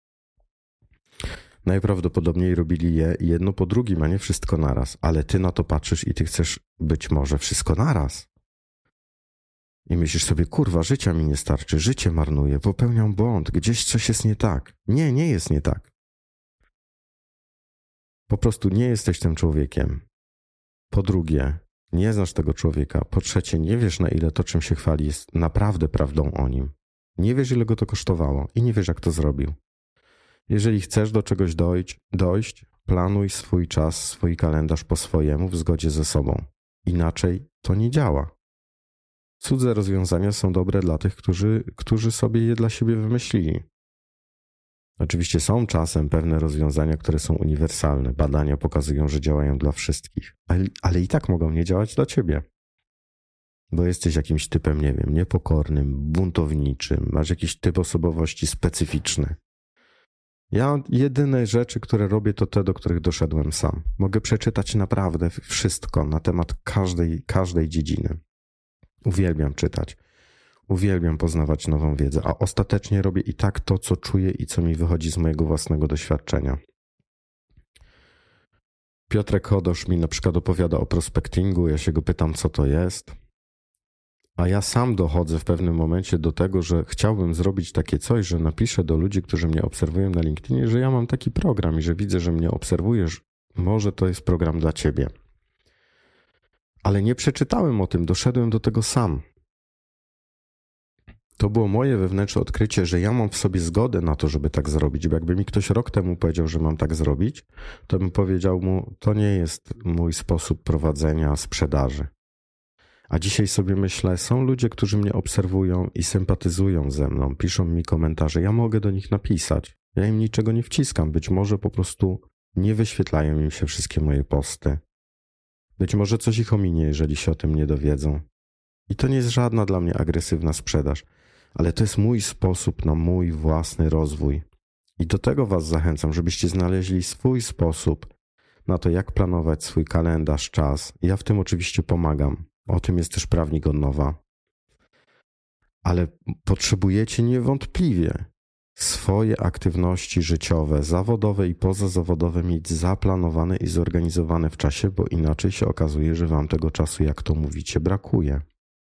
[SPEAKER 1] Najprawdopodobniej robili je jedno po drugim, a nie wszystko naraz. Ale ty na to patrzysz i ty chcesz być może wszystko naraz. I myślisz sobie, kurwa, życia mi nie starczy, życie marnuję, popełniam błąd, gdzieś coś jest nie tak. Nie, nie jest nie tak. Po prostu nie jesteś tym człowiekiem. Po drugie, nie znasz tego człowieka. Po trzecie, nie wiesz, na ile to, czym się chwali, jest naprawdę prawdą o nim. Nie wiesz, ile go to kosztowało i nie wiesz, jak to zrobił. Jeżeli chcesz do czegoś dojść, planuj swój czas, swój kalendarz po swojemu w zgodzie ze sobą. Inaczej to nie działa. Cudze rozwiązania są dobre dla tych, którzy sobie je dla siebie wymyślili. Oczywiście są czasem pewne rozwiązania, które są uniwersalne. Badania pokazują, że działają dla wszystkich, ale i tak mogą nie działać dla ciebie. Bo jesteś jakimś typem, nie wiem, niepokornym, buntowniczym, masz jakiś typ osobowości specyficzny. Ja jedyne rzeczy, które robię, to te, do których doszedłem sam. Mogę przeczytać naprawdę wszystko na temat każdej dziedziny. Uwielbiam czytać. Uwielbiam poznawać nową wiedzę, a ostatecznie robię i tak to, co czuję i co mi wychodzi z mojego własnego doświadczenia. Piotrek Chodosz mi na przykład opowiada o prospectingu, ja się go pytam, co to jest, a ja sam dochodzę w pewnym momencie do tego, że chciałbym zrobić takie coś, że napiszę do ludzi, którzy mnie obserwują na LinkedInie, że ja mam taki program i że widzę, że mnie obserwujesz, może to jest program dla ciebie. Ale nie przeczytałem o tym, doszedłem do tego sam. To było moje wewnętrzne odkrycie, że ja mam w sobie zgodę na to, żeby tak zrobić. Bo jakby mi ktoś rok temu powiedział, że mam tak zrobić, to bym powiedział mu, to nie jest mój sposób prowadzenia sprzedaży. A dzisiaj sobie myślę, są ludzie, którzy mnie obserwują i sympatyzują ze mną, piszą mi komentarze, ja mogę do nich napisać. Ja im niczego nie wciskam, być może po prostu nie wyświetlają im się wszystkie moje posty. Być może coś ich ominie, jeżeli się o tym nie dowiedzą. I to nie jest żadna dla mnie agresywna sprzedaż, ale to jest mój sposób na mój własny rozwój. I do tego was zachęcam, żebyście znaleźli swój sposób na to, jak planować swój kalendarz, czas. Ja w tym oczywiście pomagam. O tym jest też Prawnik od nowa. Ale potrzebujecie niewątpliwie swoje aktywności życiowe, zawodowe i pozazawodowe mieć zaplanowane i zorganizowane w czasie, bo inaczej się okazuje, że wam tego czasu, jak to mówicie, brakuje.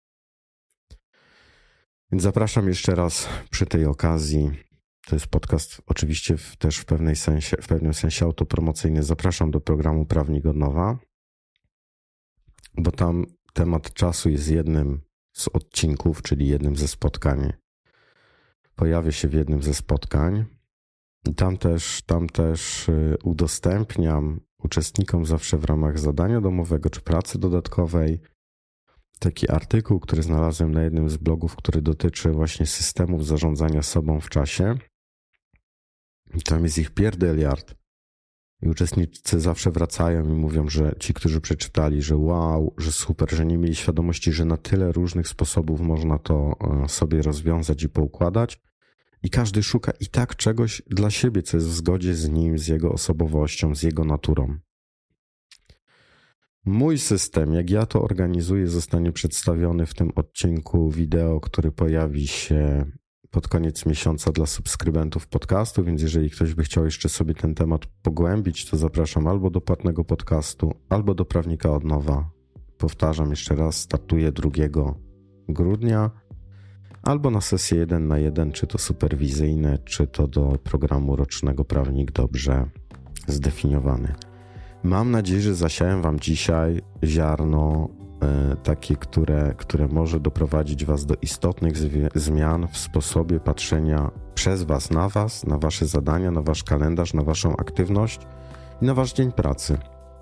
[SPEAKER 1] Więc zapraszam jeszcze raz przy tej okazji. To jest podcast oczywiście też w pewnym sensie autopromocyjny. Zapraszam do programu Prawnik od nowa, bo tam temat czasu jest jednym z odcinków, czyli jednym ze spotkań. Pojawia się w jednym ze spotkań. I tam też udostępniam uczestnikom zawsze w ramach zadania domowego czy pracy dodatkowej taki artykuł, który znalazłem na jednym z blogów, który dotyczy właśnie systemów zarządzania sobą w czasie. I tam jest ich pierdeliard. I uczestnicy zawsze wracają i mówią, że ci, którzy przeczytali, że wow, że super, że nie mieli świadomości, że na tyle różnych sposobów można to sobie rozwiązać i poukładać. I każdy szuka i tak czegoś dla siebie, co jest w zgodzie z nim, z jego osobowością, z jego naturą. Mój system, jak ja to organizuję, zostanie przedstawiony w tym odcinku wideo, który pojawi się pod koniec miesiąca dla subskrybentów podcastu, więc jeżeli ktoś by chciał jeszcze sobie ten temat pogłębić, to zapraszam albo do płatnego podcastu, albo do Prawnika od nowa. Powtarzam jeszcze raz, startuję 2 grudnia, albo na sesję 1 na 1, czy to superwizyjne, czy to do programu rocznego Prawnik dobrze zdefiniowany. Mam nadzieję, że zasiałem wam dzisiaj ziarno takie, które może doprowadzić was do istotnych zmian w sposobie patrzenia przez was, na wasze zadania, na wasz kalendarz, na waszą aktywność i na wasz dzień pracy.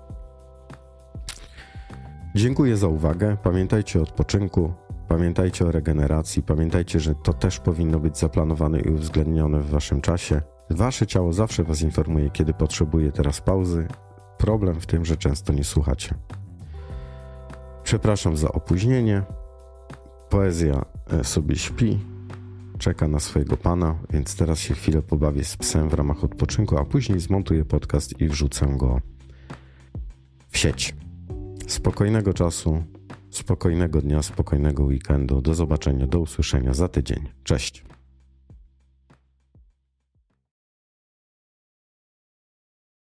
[SPEAKER 1] Dziękuję za uwagę. Pamiętajcie o odpoczynku, pamiętajcie o regeneracji, pamiętajcie, że to też powinno być zaplanowane i uwzględnione w waszym czasie. Wasze ciało zawsze was informuje, kiedy potrzebuje teraz pauzy. Problem w tym, że często nie słuchacie. Przepraszam za opóźnienie. Poezja sobie śpi, czeka na swojego pana, więc teraz się chwilę pobawię z psem w ramach odpoczynku, a później zmontuję podcast i wrzucę go w sieć. Spokojnego czasu, spokojnego dnia, spokojnego weekendu. Do zobaczenia, do usłyszenia za tydzień. Cześć.